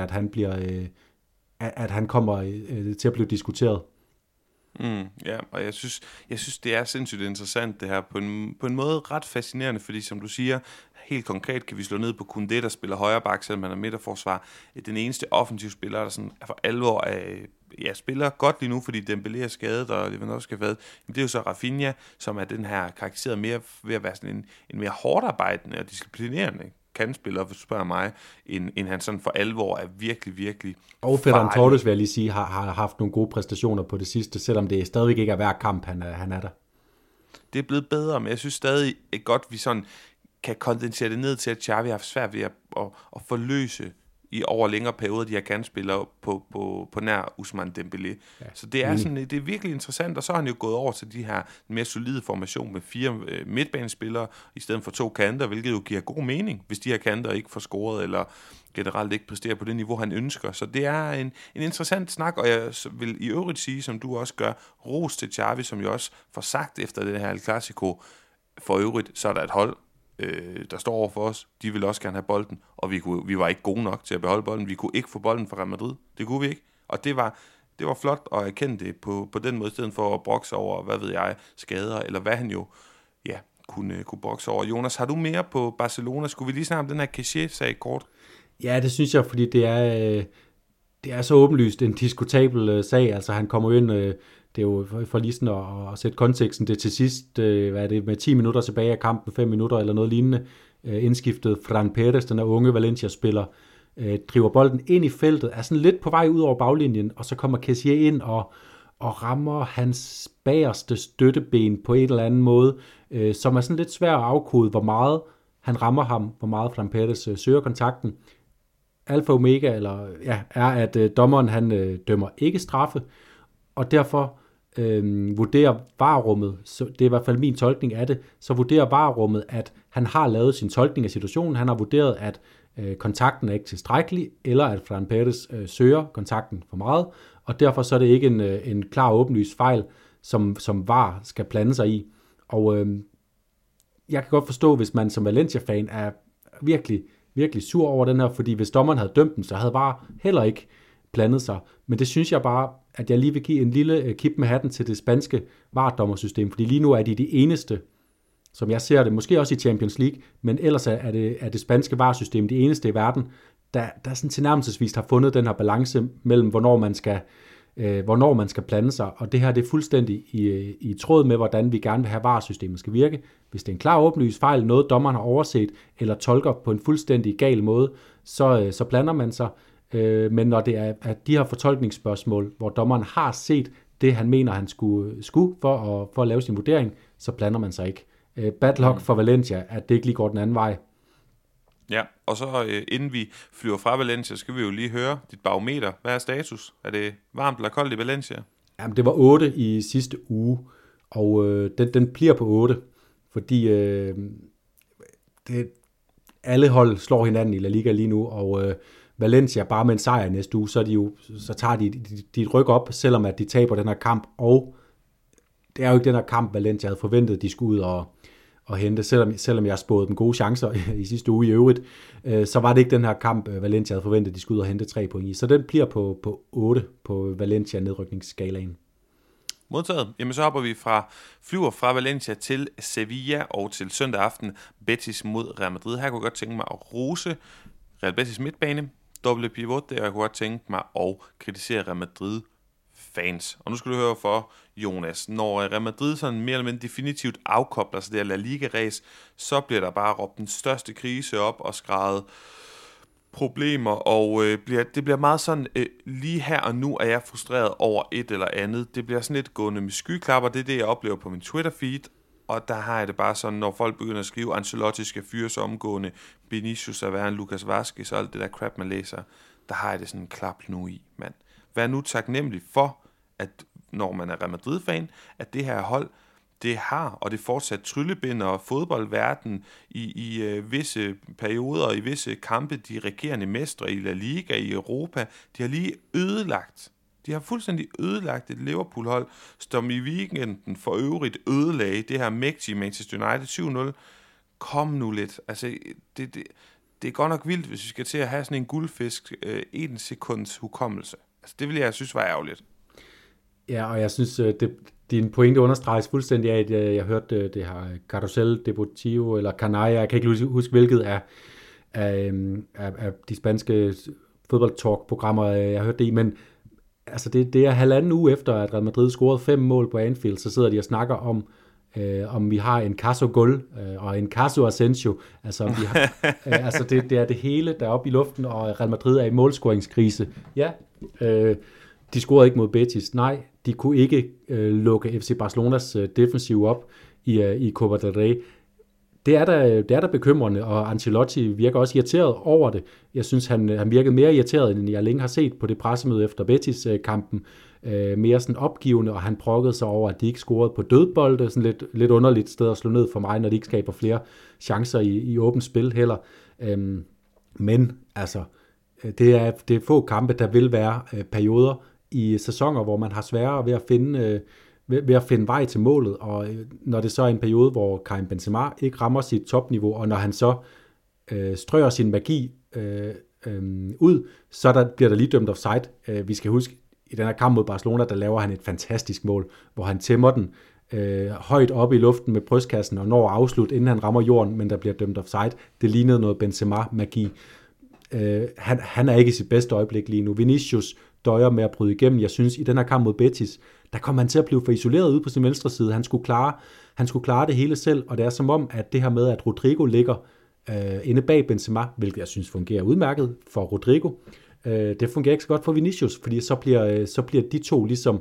S2: at han kommer til at blive diskuteret.
S1: Ja, og jeg synes, det er sindssygt interessant det her, på en måde ret fascinerende, fordi som du siger, helt konkret kan vi slå ned på Koundé, der spiller højre bak, selvom han er midterforsvar. Den eneste offensive spiller, der sådan er for alvor spiller godt lige nu, fordi Dembélé er skadet, og Lewandowski er skadet. Det er jo så Rafinha, som er den her karakteriseret mere ved at være sådan en mere hårdt arbejdende og disciplinerende kandspiller, hvis du spørger mig, end han sådan for alvor er virkelig, virkelig
S2: og Ferran Torres, vil jeg lige sige, har haft nogle gode præstationer på det sidste, selvom det stadigvæk ikke er hver kamp, han er der.
S1: Det er blevet bedre, men jeg synes stadig godt, vi sådan kan kondensere det ned til, at Xavi har haft svært ved at forløse over længere perioder, de her kandspillere på nær Ousmane Dembélé. Ja. Så det er sådan, det er virkelig interessant, og så har han jo gået over til de her mere solide formation med 4 midtbanespillere i stedet for 2 kanter, hvilket jo giver god mening, hvis de her kanter ikke får scoret, eller generelt ikke præsterer på det niveau, han ønsker. Så det er en interessant snak, og jeg vil i øvrigt sige, som du også gør, ros til Xavi, som jo også får sagt efter det her El Clasico, for øvrigt, så er der et hold, der står over for os, de vil også gerne have bolden, og vi var ikke gode nok til at beholde bolden. Vi kunne ikke få bolden fra Real Madrid. Det kunne vi ikke. Og det var flot at erkende det på den måde, i stedet for at brokse over, hvad ved jeg, skader, eller hvad han jo kunne brokse over. Jonas, har du mere på Barcelona? Skulle vi lige snakke om den her Kessié-sag kort?
S2: Ja, det synes jeg, fordi det er så åbenlyst en diskutabel sag. Altså han kommer jo ind, det er jo for lige sådan at sætte konteksten, det til sidst, med 10 minutter tilbage af kampen, 5 minutter eller noget lignende, indskiftet Fran Pérez, den her unge Valencia-spiller, driver bolden ind i feltet, er sådan lidt på vej ud over baglinjen, og så kommer Kessié ind og rammer hans bagerste støtteben på en eller anden måde, som er sådan lidt svær at afkode, hvor meget han rammer ham, hvor meget Ferran Perez søger kontakten. Alfa og omega er, at dommeren han dømmer ikke straffe, og derfor vurderer VAR-rummet, så det er i hvert fald min tolkning af det, så vurderer VAR-rummet, at han har lavet sin tolkning af situationen. Han har vurderet, at kontakten er ikke tilstrækkelig, eller at Ferran Perez søger kontakten for meget, og derfor så er det ikke en klar åbenlys fejl, som VAR skal blande sig i. Og jeg kan godt forstå, hvis man som Valencia-fan er virkelig, virkelig sur over den her, fordi hvis dommeren havde dømt den, så havde VAR heller ikke blandet sig. Men det synes jeg bare, at jeg lige vil give en lille kip med hatten til det spanske VAR-dommersystem, fordi lige nu er de eneste, som jeg ser det, måske også i Champions League, men ellers er det spanske VAR-system de eneste i verden, der sådan tilnærmelsesvis har fundet den her balance mellem, hvornår man skal blande sig, og det her det er fuldstændig i tråd med, hvordan vi gerne vil have VAR-systemet skal virke. Hvis det er en klar åbenlys fejl, noget dommeren har overset, eller tolker på en fuldstændig gal måde, så blander man sig. Men når det er de her fortolkningsspørgsmål, hvor dommeren har set det, han mener, han skulle for at lave sin vurdering, så blander man sig ikke. Bad luck for Valencia, at det ikke lige går den anden vej.
S1: Ja, og så inden vi flyver fra Valencia, skal vi jo lige høre dit barometer. Hvad er status? Er det varmt eller koldt i Valencia?
S2: Jamen, det var 8 i sidste uge, og den bliver på 8, fordi alle hold slår hinanden i La Liga lige nu, og Valencia bare med en sejr næste uge, så tager de et ryk op, selvom at de taber den her kamp, og det er jo ikke den her kamp, Valencia havde forventet, de skulle ud og hente, selvom jeg spåede dem gode chancer i sidste uge i øvrigt, så var det ikke den her kamp, Valencia havde forventet, de skulle ud og hente 3 point i. Så den bliver på 8 på Valencia nedrykningsskalaen.
S1: Modtaget. Jamen så hopper vi flyver fra Valencia til Sevilla og til søndag aften Betis mod Real Madrid. Her kunne jeg godt tænke mig at rose Real Betis midtbane, doble pivot, og jeg kunne godt tænke mig at kritisere Real Madrid fans. Og nu skal du høre for, Jonas, når Real Madrid sådan mere eller mindre definitivt afkobler sig det her La Liga-ræs, så bliver der bare råbt den største krise op og skreget problemer, og det bliver meget sådan, lige her og nu er jeg frustreret over et eller andet. Det bliver sådan lidt gående med skyklapper, det er det, jeg oplever på min Twitter-feed, og der har jeg det bare sådan, når folk begynder at skrive, Ancelotti skal fyres omgående, Vinicius er værre end Lucas Vazquez og alt det der crap, man læser, der har jeg det sådan en klap nu i, mand. Vær nu taknemmelig for, at når man er Real Madrid-fan, at det her hold, det har, og det fortsat tryllebinder fodboldverden i visse perioder, i visse kampe, de regerende mestre i La Liga, i Europa, de har lige ødelagt. De har fuldstændig ødelagt et Liverpool-hold, som i weekenden for øvrigt ødelagde det her mægtige Manchester United 7-0. Kom nu lidt. Altså, det er godt nok vildt, hvis vi skal til at have sådan en guldfisk 1 sekunds hukommelse. Altså, det ville jeg synes var ærgerligt.
S2: Ja, og jeg synes, din pointe understreges fuldstændig af, at jeg hørte det her Carrusel Deportivo, eller Canalla, jeg kan ikke huske, hvilket af de spanske fodboldtalk-programmer, jeg hørte det i, men altså det er 1,5 uge efter, at Real Madrid scorede 5 mål på Anfield, så sidder de og snakker om vi har en Caso Gol og en Caso Asensio, altså vi har, altså det er det hele, der er oppe i luften, og Real Madrid er i målscoringskrise. Ja, de scorede ikke mod Betis. Nej, de kunne ikke lukke FC Barcelonas defensiv op i Copa del Rey. Det er da bekymrende, og Ancelotti virker også irriteret over det. Jeg synes, han virkede mere irriteret, end jeg længe har set på det pressemøde efter Betis-kampen. Mere sådan opgivende, og han brokkede sig over, at de ikke scorede på dødbolde. Sådan lidt underligt sted at slå ned for mig, når de ikke skaber flere chancer i åbent spil heller. Men altså, det er få kampe, der vil være perioder i sæsoner, hvor man har sværere ved at finde vej til målet, og når det så er en periode, hvor Karim Benzema ikke rammer sit topniveau, og når han så strøger sin magi ud, så bliver der lige dømt offside. Vi skal huske, i den her kamp mod Barcelona, der laver han et fantastisk mål, hvor han tæmmer den højt op i luften med brystkassen, og når at afslutte, inden han rammer jorden, men der bliver dømt offside. Det lignede noget Benzema-magi. Han er ikke i sit bedste øjeblik lige nu. Vinicius døjer med at bryde igennem. Jeg synes, i den her kamp mod Betis, der kom han til at blive for isoleret ude på sin venstre side. Han skulle klare det hele selv, og det er som om, at det her med, at Rodrigo ligger inde bag Benzema, hvilket jeg synes fungerer udmærket for Rodrigo, det fungerer ikke så godt for Vinicius, fordi så bliver de to ligesom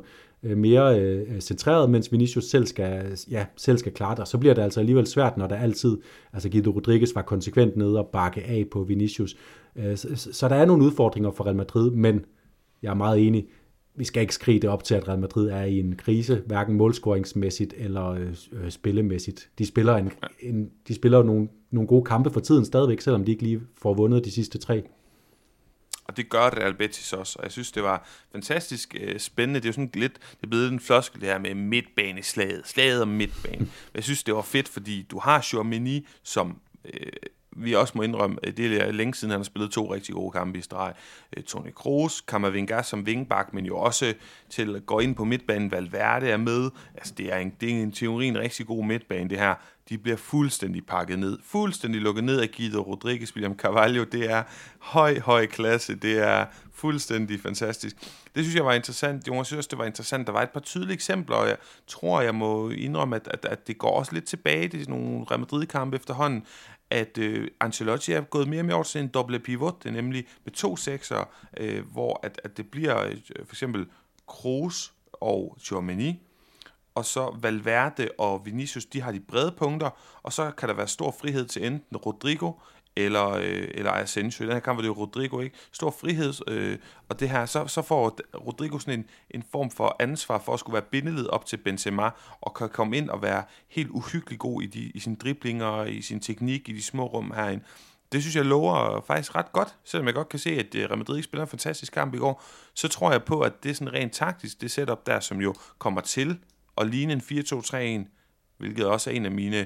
S2: mere centreret, mens Vinicius selv skal klare det. Og så bliver det altså alligevel svært, når der altid, altså Guido Rodriguez var konsekvent nede og bakke af på Vinicius. Så der er nogle udfordringer for Real Madrid, men jeg er meget enig, vi skal ikke skrige det op til, at Real Madrid er i en krise, hverken målscoringsmæssigt eller spillemæssigt. De spiller nogle gode kampe for tiden stadigvæk, selvom de ikke lige får vundet de sidste 3.
S1: Og det gør Real Betis også, og jeg synes, det var fantastisk spændende. Det er jo sådan lidt, det er blevet en floskel det her med midtbaneslaget om midtbane. Men jeg synes, det var fedt, fordi du har Tchouaméni, som vi også må indrømme, det er længe siden, han har spillet 2 rigtig gode kampe i streg. Toni Kroos, Camavinga som vingbak, men jo også til at gå ind på midtbanen. Valverde er med. Altså, det er en teori en rigtig god midtbane, det her. De bliver fuldstændig pakket ned. Fuldstændig lukket ned af Guido Rodriguez, William Carvalho. Det er høj klasse. Det er fuldstændig fantastisk. Det synes jeg var interessant. Jeg synes, det var interessant. Der var et par tydelige eksempler, og jeg tror, jeg må indrømme, at det går også lidt tilbage til nogle Real Madrid-kampe efterhånden, at Ancelotti er gået mere og mere over til en doble pivot, det er nemlig med 2 sekser, hvor at det bliver for eksempel Kroos og Tchouaméni, og så Valverde og Vinicius, de har de brede punkter, og så kan der være stor frihed til enten Rodrigo eller Asensio. I den her kamp var det jo Rodrigo, ikke? Stor frihed, og det her, så får Rodrigo sådan en form for ansvar for at skulle være bindeled op til Benzema, og kan komme ind og være helt uhyggelig god i sine driblinger, i sin teknik, i de små rum herinde. Det synes jeg lover faktisk ret godt, selvom jeg godt kan se, at Real Madrid ikke spiller en fantastisk kamp i går, så tror jeg på, at det er sådan rent taktisk, det setup der, som jo kommer til at ligne en 4-2-3-1, hvilket også er en af mine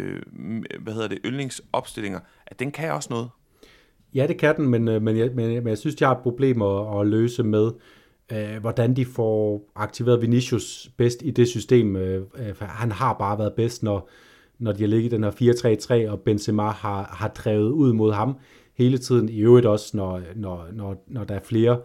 S1: yndlingsopstillinger, at den kan også noget. Ja, det kan den, men jeg synes, jeg har et problem at løse med, hvordan de får aktiveret Vinicius bedst i det system. Han har bare været bedst, når de har ligget i den her 4-3-3, og Benzema har drevet ud mod ham hele tiden. I øvrigt også, når der er flere,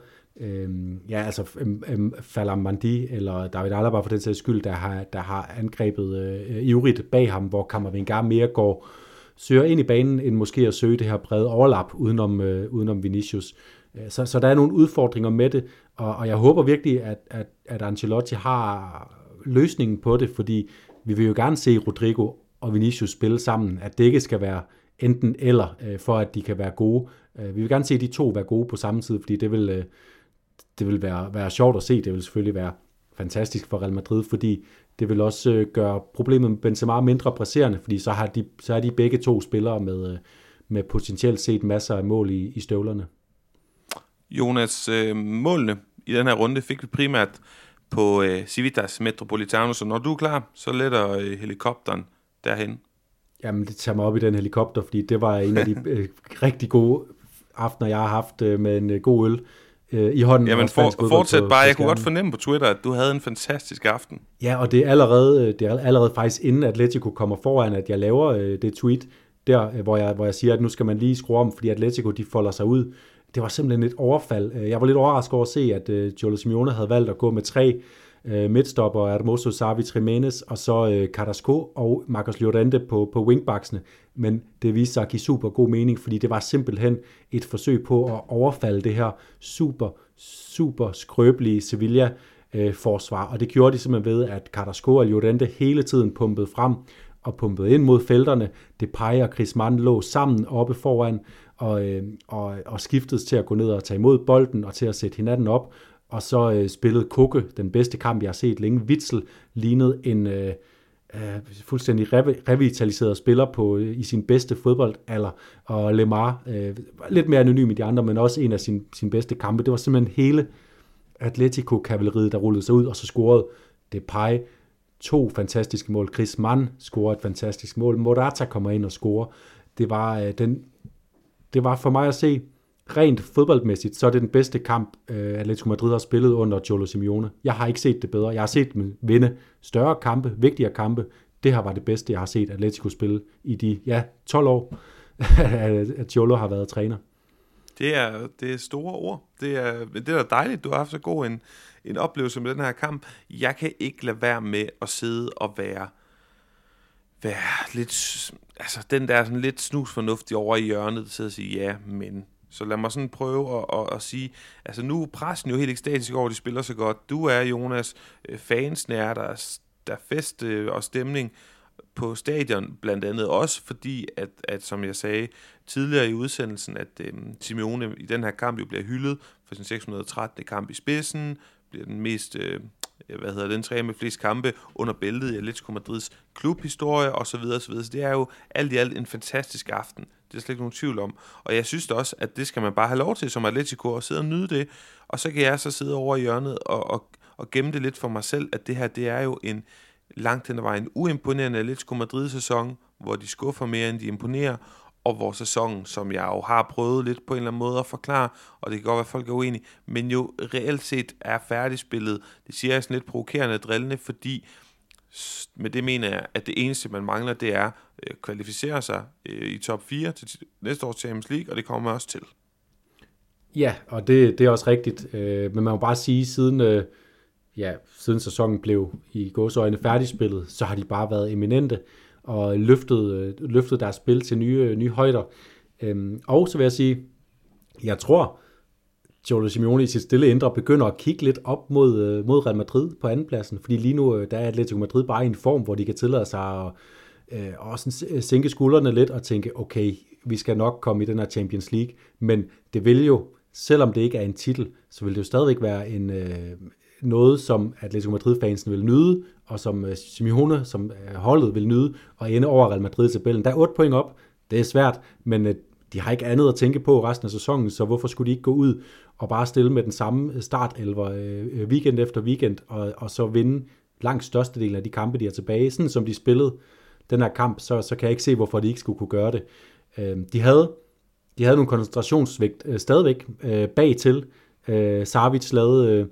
S1: Ferland Mendy eller David Alaba for den sags skyld, der har angrebet ivrigt bag ham, hvor Camavinga mere søger ind i banen, end måske at søge det her brede overlap udenom Vinicius. Så der er nogle udfordringer med det, og jeg håber virkelig, at Ancelotti har løsningen på det, fordi vi vil jo gerne se Rodrigo og Vinicius spille sammen, at det ikke skal være enten eller, for at de kan være gode. Vi vil gerne se de to være gode på samme tid, fordi det vil være sjovt at se. Det vil selvfølgelig være fantastisk for Real Madrid, fordi det vil også gøre problemet med Benzema mindre presserende, fordi så er de begge to spillere med potentielt set masser af mål i støvlerne. Jonas, målene i den her runde fik vi primært på Civitas Metropolitano, så når du er klar, så letter helikopteren derhen. Jamen, det tager mig op i den helikopter, fordi det var en af de rigtig gode aftener, jeg har haft med en god øl i hånden. Jamen, fortsæt bare. Jeg kunne godt fornemme på Twitter, at du havde en fantastisk aften. Ja, og det er allerede faktisk inden Atletico kommer foran, at jeg laver det tweet der, hvor jeg siger, at nu skal man lige skrue om, fordi Atletico, de folder sig ud. Det var simpelthen et overfald. Jeg var lidt overrasket over at se, at Cholo Simeone havde valgt at gå med 3 midtstopper, Hermoso, Savic, Jimenez, og så Carrasco og Marcos Llorente på wingbacksene. Men det viste sig at give super god mening, fordi det var simpelthen et forsøg på at overfalde det her super skrøbelige Sevilla-forsvar. Og det gjorde de simpelthen ved, at Carrasco og Llorente hele tiden pumpede frem og pumpede ind mod felterne. Depay og Griezmann lå sammen oppe foran og skiftedes til at gå ned og tage imod bolden og til at sætte hinanden op. Og så spillede Koke den bedste kamp, jeg har set længe. Witsel lignede en fuldstændig revitaliseret spiller i sin bedste fodboldalder. Og Lemar, lidt mere anonym i de andre, men også en af sin bedste kampe. Det var simpelthen hele Atletico-kavaleriet, der rullede sig ud, og så scorede Depay 2 fantastiske mål. Griezmann scorede et fantastisk mål. Morata kommer ind og scorer. Det var for mig at se, rent fodboldmæssigt, så er det den bedste kamp, Atletico Madrid har spillet under Cholo Simeone. Jeg har ikke set det bedre. Jeg har set dem vinde større kampe, vigtigere kampe. Det her var det bedste, jeg har set Atletico spille i de 12 år, at Cholo har været træner. Det er store ord. Det er da dejligt, du har haft så god en oplevelse med den her kamp. Jeg kan ikke lade være med at sidde og være lidt, altså den der sådan lidt snusfornuftig over i hjørnet, til at sige ja, men Så lad mig sådan prøve at sige, altså nu er pressen jo helt ekstatisk over, at de spiller så godt. Du er, Jonas, fansnær, der er fest og stemning på stadion, blandt andet også, fordi at som jeg sagde tidligere i udsendelsen, at Simeone i den her kamp jo bliver hyldet for sin 613. kamp i spidsen, bliver den mest, den træner med flest kampe under bæltet i Atletico Madrids klubhistorie, osv. Så det er jo alt i alt en fantastisk aften. Det er slet ikke nogen tvivl om. Og jeg synes også, at det skal man bare have lov til som Atletico, at sidde og nyde det. Og så kan jeg så sidde over i hjørnet og gemme det lidt for mig selv, at det her, det er jo en langt hen ad vejen uimponerende Atletico Madrid-sæson, hvor de skuffer mere, end de imponerer, og vores sæson, som jeg jo har prøvet lidt på en eller anden måde at forklare, og det kan godt være, at folk er uenige, men jo reelt set er færdigspillet. Det siger jeg sådan lidt provokerende og drillende, fordi med det mener jeg, at det eneste, man mangler, det er at kvalificere sig i top 4 til næste års Champions League, og det kommer også til.
S2: Ja, og det er også rigtigt, men man må bare sige, siden sæsonen blev i gåseøjne færdigspillet, så har de bare været eminente og løftet deres spil til nye højder. Og så vil jeg sige, jeg tror, Cholo Simeone i sit stille indre begynder at kigge lidt op mod Real Madrid på andenpladsen, fordi lige nu der er Atletico Madrid bare i en form, hvor de kan tillade sig at også sænke skuldrene lidt og tænke, okay, vi skal nok komme i den her Champions League, men det vil jo, selvom det ikke er en titel, så vil det jo stadigvæk være noget, som Atletico Madrid-fansen vil nyde, og som Simeone, som holdet vil nyde, og ende over Real Madrid i tabellen. Der er 8 point op, det er svært, men de har ikke andet at tænke på resten af sæsonen, så hvorfor skulle de ikke gå ud og bare stille med den samme startelver weekend efter weekend, og så vinde langt størstedelen af de kampe, de er tilbage. Sådan som de spillede den her kamp, så kan jeg ikke se, hvorfor de ikke skulle kunne gøre det. De havde nogle koncentrationssvigt stadigvæk bagtil. Savic lavede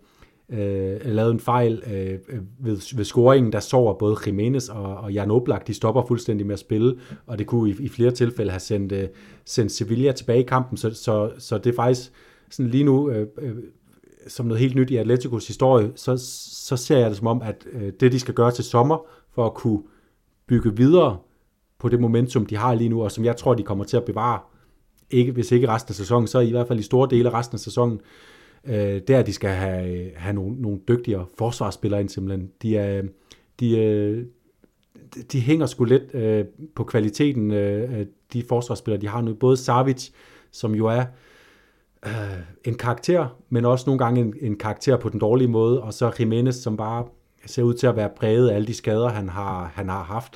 S2: en fejl ved scoringen, der sover både Jimenez og Jan Oblak, de stopper fuldstændig med at spille, og det kunne i flere tilfælde have sendt Sevilla tilbage i kampen, så det er faktisk sådan lige nu som noget helt nyt i Atleticos historie, så ser jeg det som om, at det de skal gøre til sommer, for at kunne bygge videre på det momentum, de har lige nu, og som jeg tror, de kommer til at bevare, hvis ikke resten af sæsonen, så i hvert fald i store dele af resten af sæsonen, der de skal have nogle dygtigere forsvarsspillere ind simpelthen. De hænger sgu lidt på kvaliteten, de forsvarsspillere, de har nu. Både Savic, som jo er en karakter, men også nogle gange en karakter på den dårlige måde, og så Jimenez, som bare ser ud til at være præget af alle de skader, han har haft.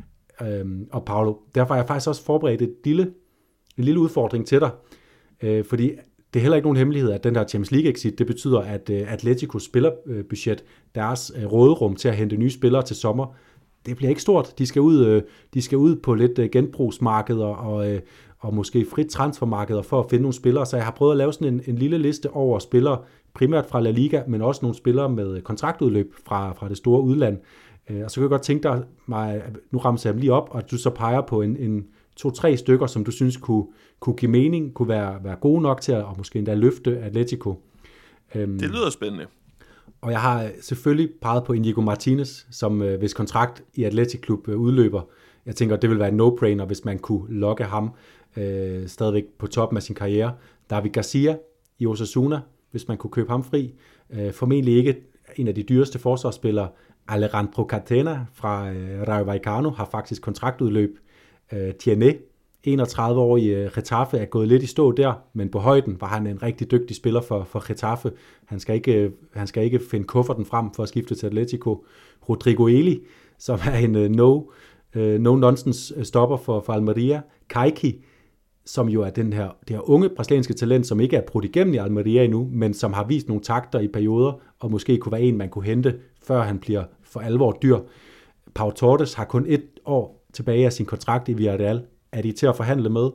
S2: Og Paulo, derfor har jeg faktisk også forberedt en lille udfordring til dig, fordi det er heller ikke nogen hemmelighed, at den der Champions League-exit, det betyder, at Atleticos spillerbudget, deres råderum til at hente nye spillere til sommer, det bliver ikke stort. De skal ud på lidt genbrugsmarkeder og måske frit transfermarkeder for at finde nogle spillere. Så jeg har prøvet at lave sådan en lille liste over spillere, primært fra La Liga, men også nogle spillere med kontraktudløb fra det store udland. Og så kan jeg godt tænke dig, nu ramser jeg dem lige op, og at du så peger på en 2-3 stykker, som du synes kunne give mening, kunne være gode nok til at og måske endda løfte Atletico.
S1: Det lyder spændende.
S2: Og jeg har selvfølgelig peget på Inigo Martinez, som hvis kontrakt i Athletic Klub udløber. Jeg tænker, det vil være en no-brainer, hvis man kunne lokke ham stadigvæk på toppen af sin karriere. David Garcia i Osasuna, hvis man kunne købe ham fri. Formentlig ikke en af de dyreste forsvarsspillere. Alejandro Catena fra Rayo Vallecano har faktisk kontraktudløb. Tierney, 31 år i Getafe, er gået lidt i stå der, men på højden var han en rigtig dygtig spiller for Getafe. Han skal ikke finde kufferten frem for at skifte til Atletico. Rodrigo Eli, som er en no-nonsense stopper for Almeria. Kajki, som jo er det her unge brasilianske talent, som ikke er brudt igennem i Almeria endnu, men som har vist nogle takter i perioder, og måske kunne være en, man kunne hente, før han bliver for alvor dyr. Pau Torres har kun 1 år tilbage af sin kontrakt i Villarreal. Er de til at forhandle med?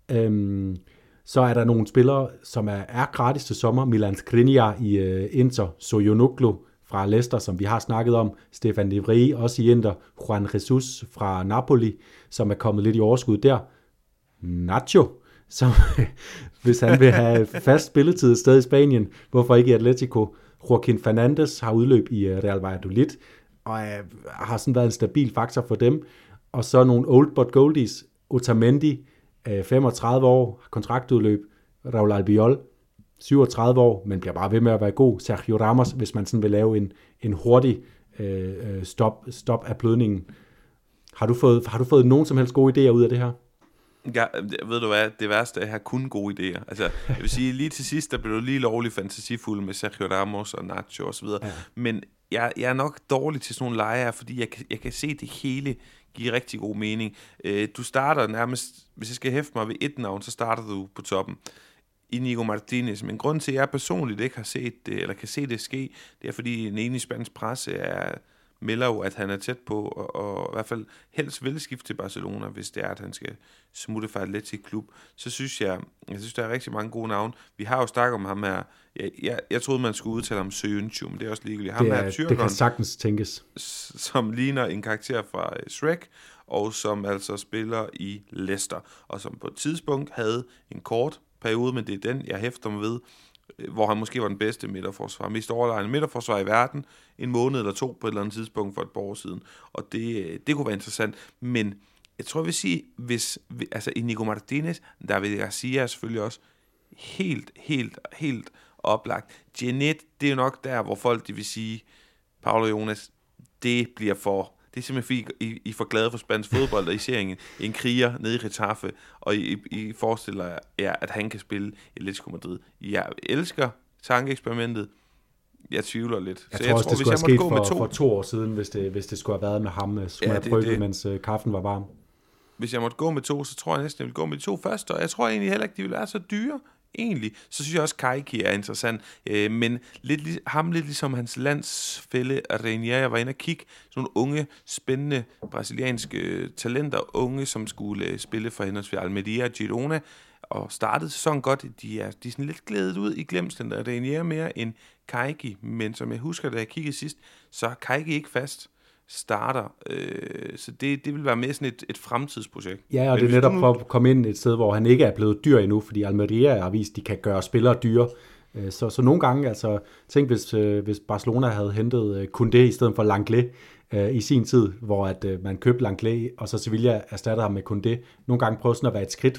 S2: Så er der nogle spillere, som er gratis til sommer. Milan Skriniar i Inter, Soyuncu fra Leicester, som vi har snakket om, Stefan De Vrij også i Inter, Juan Jesus fra Napoli, som er kommet lidt i overskud der. Nacho, som hvis han vil have fast spilletid et sted i Spanien, hvorfor ikke i Atletico? Joaquin Fernandes har udløb i Real Valladolid, og har sådan været en stabil faktor for dem. Og så nogle old but goldies, Otamendi, 35 år, kontraktudløb, Raúl Albiol, 37 år, men bliver bare ved med at være god. Sergio Ramos, hvis man sådan vil lave en hurtig stop af blødningen. Har du fået nogen som helst gode idéer ud af det her?
S1: Ja, ved du hvad, det værste er, at jeg har kun gode idéer. Altså, jeg vil sige, lige til sidst, der blev du lige lovligt fantasifuld med Sergio Ramos og Nacho og så videre. Ja. Men jeg er nok dårlig til sådan nogle lejre, fordi jeg kan se det hele give rigtig god mening. Du starter nærmest, hvis jeg skal hæfte mig ved et navn, så starter du på toppen. Inigo Martinez, men grund til, at jeg personligt ikke har set det, eller kan se det ske, det er, fordi en enig spansk presse melder jo, at han er tæt på, og i hvert fald helst vil skifte til Barcelona, hvis det er, at han skal smutte fra Athletic Klub. Så synes jeg der er rigtig mange gode navne. Vi har jo snakket om ham her. Jeg troede, man skulle udtale ham Söyüncü, men det er også ligegyldigt. Ham her,
S2: det kan sagtens tænkes.
S1: Som ligner en karakter fra Shrek, og som altså spiller i Leicester, og som på et tidspunkt havde en kort periode, men det er den, jeg hæfter mig ved, hvor han måske var den bedste midterforsvar, mest overlegende midterforsvar i verden, en måned eller to på et eller andet tidspunkt for et par år siden, og det kunne være interessant, men jeg tror, jeg vil sige, altså Inigo Martinez, David Garcia er selvfølgelig også helt oplagt. Genet, det er jo nok der, hvor folk, de vil sige, Paulo Jonas, det er simpelthen fordi, I får glade for spansk fodbold, og I ser en kriger nede i Getafe, og I forestiller jer, at han kan spille i Atletico Madrid. Jeg elsker tankeeksperimentet. Jeg tvivler lidt.
S2: Jeg tror også, det skulle have sket for 2 år siden, hvis det skulle have været med ham, skulle have prøvet, mens kaffen var varm.
S1: Hvis jeg måtte gå med 2, så tror jeg næsten, jeg vil gå med de 2 første, og jeg tror egentlig heller ikke, de vil være så dyre. Egentlig, så synes jeg også, Kajki er interessant, men lidt ligesom hans landsfælle Reinier. Jeg var inde og kigge, sådan nogle unge, spændende brasilianske talenter, unge, som skulle spille for henholdsvis Almeria og Girona, og startede sæsonen godt. De er sådan lidt glædet ud i glemslen, og Reinier mere end Kajki, men som jeg husker, da jeg kiggede sidst, så er Kajki ikke fast starter, så det vil være mere sådan et fremtidsprojekt.
S2: Ja, og det er netop for at komme ind et sted, hvor han ikke er blevet dyr endnu, fordi Almeria har vist, at de kan gøre spillere dyre. Så nogle gange, altså, tænk hvis Barcelona havde hentet Koundé i stedet for Langlais i sin tid, hvor at man købte Langlais, og så Sevilla erstattede ham med Koundé. Nogle gange prøvede sådan at være et skridt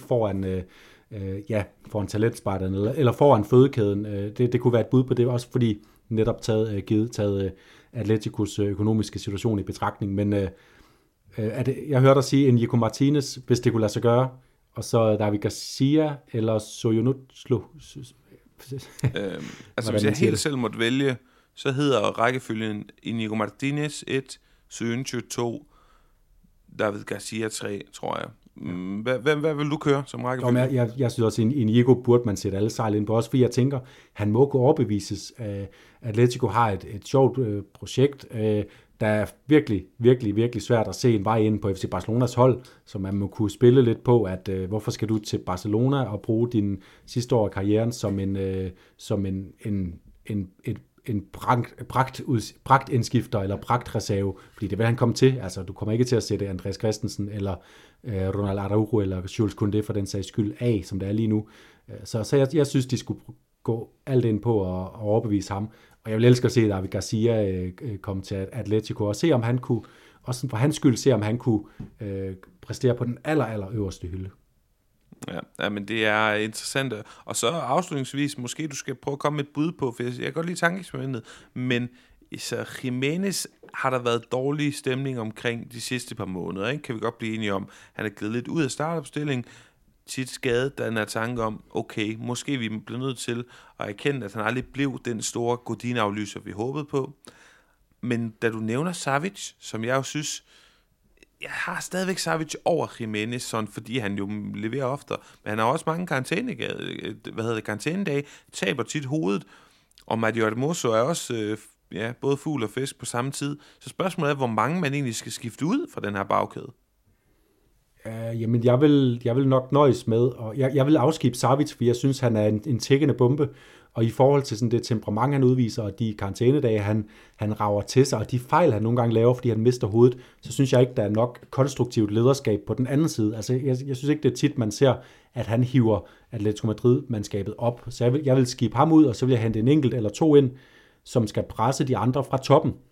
S2: foran talentspejderen, eller foran fødekæden. Det kunne være et bud på det, også fordi netop taget Atleticos økonomiske situation i betragtning, men jeg hørte dig sige Inigo Martinez, hvis det kunne lade sig gøre, og så David Garcia eller Söyüncü.
S1: Altså hvis jeg helt selv måtte vælge, så hedder rækkefølgen Inigo Martinez 1, Söyüncü 2, David Garcia 3, tror jeg. Hvad vil du køre som rækkefølge?
S2: Jeg synes også, at Inigo burde man sætte alle sejl ind på, også fordi jeg tænker, han må kunne overbevises. Atletico har et sjovt projekt, der er virkelig, virkelig, virkelig svært at se en vej ind på FC Barcelonas hold, så man må kunne spille lidt på, at hvorfor skal du til Barcelona og bruge din sidste år af karrieren som en pragtindskifter eller pragtreserve, fordi det vil han komme til. Altså, du kommer ikke til at sætte Andreas Christensen eller Ronald Araujo eller Jules Koundé for den sags skyld af, som det er lige nu. Så jeg synes, de skulle gå alt ind på at overbevise ham. Og jeg vil elske at se David Garcia komme til Atletico og se, om han kunne, også for hans skyld, se om han kunne præstere på den aller øverste hylde.
S1: Ja, men det er interessant. Og så afslutningsvis, måske du skal prøve at komme med et bud på, for jeg kan godt lide tankeeksperimentet, men så Jimenez har der været dårlig stemning omkring de sidste par måneder, ikke? Kan vi godt blive enige om. Han er glædet lidt ud af startopstillingen, tit skadet, der er en tanke om, okay, måske vi bliver nødt til at erkende, at han aldrig blev den store Godin-aflyser, vi håbede på. Men da du nævner Savic, som jeg jo synes, jeg har stadigvæk Savic over Jimenez, sådan, fordi han jo leverer oftere, men han har også mange karantænedage, taber tit hovedet, og Mario Hermoso er også både fugl og fisk på samme tid. Så spørgsmålet er, hvor mange man egentlig skal skifte ud fra den her bagkæde.
S2: Jamen, jeg vil nok nøjes med, og jeg vil afskibe Savic, for jeg synes, han er en tikkende bombe, og i forhold til sådan det temperament, han udviser, og de karantænedage, han rager til sig, og de fejl, han nogle gange laver, fordi han mister hovedet, så synes jeg ikke, der er nok konstruktivt lederskab på den anden side. Altså, jeg synes ikke, det er tit, man ser, at han hiver Atletico Madrid-mandskabet op. Så jeg vil skibe ham ud, og så vil jeg hente en enkelt eller 2 ind, som skal presse de andre fra toppen.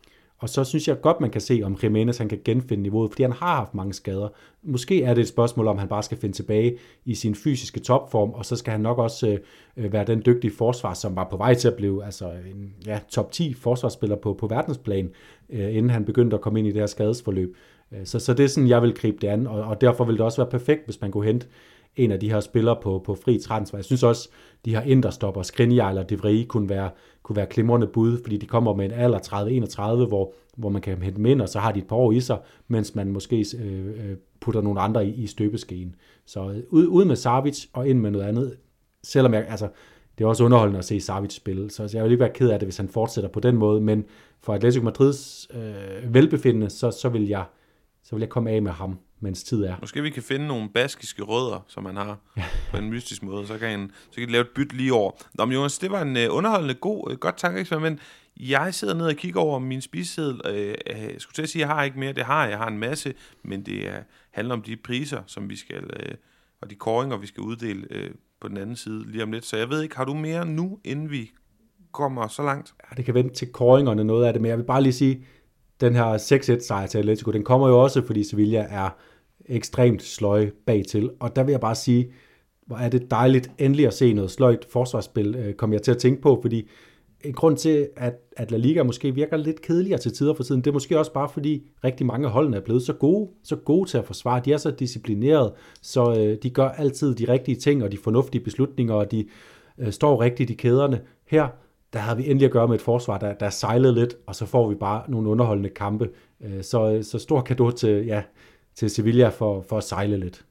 S2: Og så synes jeg godt, man kan se, om Jimenez han kan genfinde niveauet, fordi han har haft mange skader. Måske er det et spørgsmål om, han bare skal finde tilbage i sin fysiske topform, og så skal han nok også være den dygtige forsvar, som var på vej til at blive en top 10 forsvarsspiller på verdensplan, inden han begyndte at komme ind i det her skadesforløb. Så det er sådan, jeg vil gribe det an, og derfor vil det også være perfekt, hvis man kunne hente en af de her spillere på fri transfer. Jeg synes også, de her interstopper, Skriniar eller De Vrij, kunne være glimrende bud, fordi de kommer med en alder 30-31, hvor man kan hente dem ind, og så har de et par år i sig, mens man måske putter nogle andre i støbeskeen. Så ud med Savic og ind med noget andet, selvom det er også underholdende at se Savic spille, så jeg vil ikke være ked af det, hvis han fortsætter på den måde, men for Atletico Madrids velbefindende, så vil jeg komme af med ham, mens tid er.
S1: Måske vi kan finde nogle baskiske rødder, som han har på en mystisk måde, så kan de lave et bytte lige over. Nå, men Jonas, det var en underholdende, godt tankeeksperiment. Jeg sidder ned og kigger over min spiseseddel. Jeg skulle til at sige, at jeg har ikke mere. Det har jeg. Jeg har en masse, men det handler om de priser, som vi skal, og de kåringer, vi skal uddele på den anden side lige om lidt. Så jeg ved ikke, har du mere nu, inden vi kommer så langt?
S2: Ja, det kan vente til kåringerne noget af det, men jeg vil bare lige sige, den her 6-1-sejr til Atletico, den kommer jo også, fordi Sevilla er ekstremt sløje bagtil. Og der vil jeg bare sige, hvor er det dejligt endelig at se noget sløjt forsvarsspil, kom jeg til at tænke på, fordi en grund til, at La Liga måske virker lidt kedeligere til tider for tiden, det er måske også bare fordi rigtig mange af holdene er blevet så gode til at forsvare. De er så disciplinerede, så de gør altid de rigtige ting og de fornuftige beslutninger, og de står rigtigt i kæderne. Her, der havde vi endelig at gøre med et forsvar, der sejlede lidt, og så får vi bare nogle underholdende kampe. Så stor cadeau til Sevilla for at sejle lidt.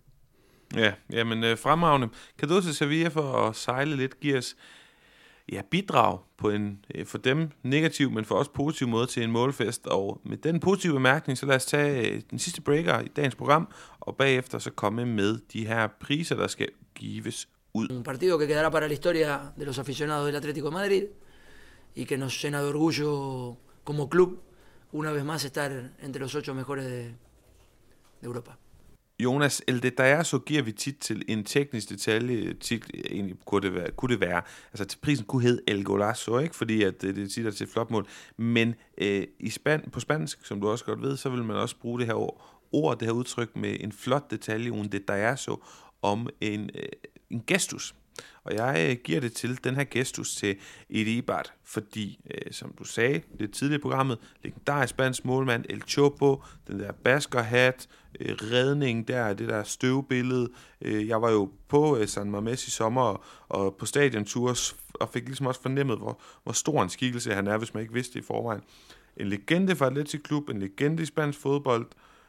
S1: Ja, men fremragende. Cadeau til Sevilla for at sejle lidt, giver os bidrag på en for dem negativ, men for os positiv måde til en målfest. Og med den positive bemærkning, så lad os tage den sidste breaker i dagens program, og bagefter så komme med de her priser, der skal gives ud.
S3: Un partido que quedará para la historia de los aficionados del Atlético de Madrid y que nos llena de orgullo como club una vez más estar entre los 8 mejores de Europa.
S1: Jonas, El Detallazo giver vi tit til en teknisk detalje. Egentlig kunne det være. Altså til prisen kunne hedde El Golazo, ikke? Fordi at det tit er til et flot mål. Men på spansk, som du også godt ved, så vil man også bruge det her ord, det her udtryk med en flot detalje, un detallazo, om en gestus. Og jeg giver det til den her gestus til Iribar, fordi, som du sagde lidt tidligere i programmet, legendarisk spansk målmand, El Chopo, den der baskerhat, redning der, det der støvbillede. Jeg var jo på San Mamés i sommer og på stadiontur og fik ligesom også fornemmet, hvor stor en skikkelse han er, hvis man ikke vidste det i forvejen. En legende for Athletic Klub, en legende i spansk fodbold,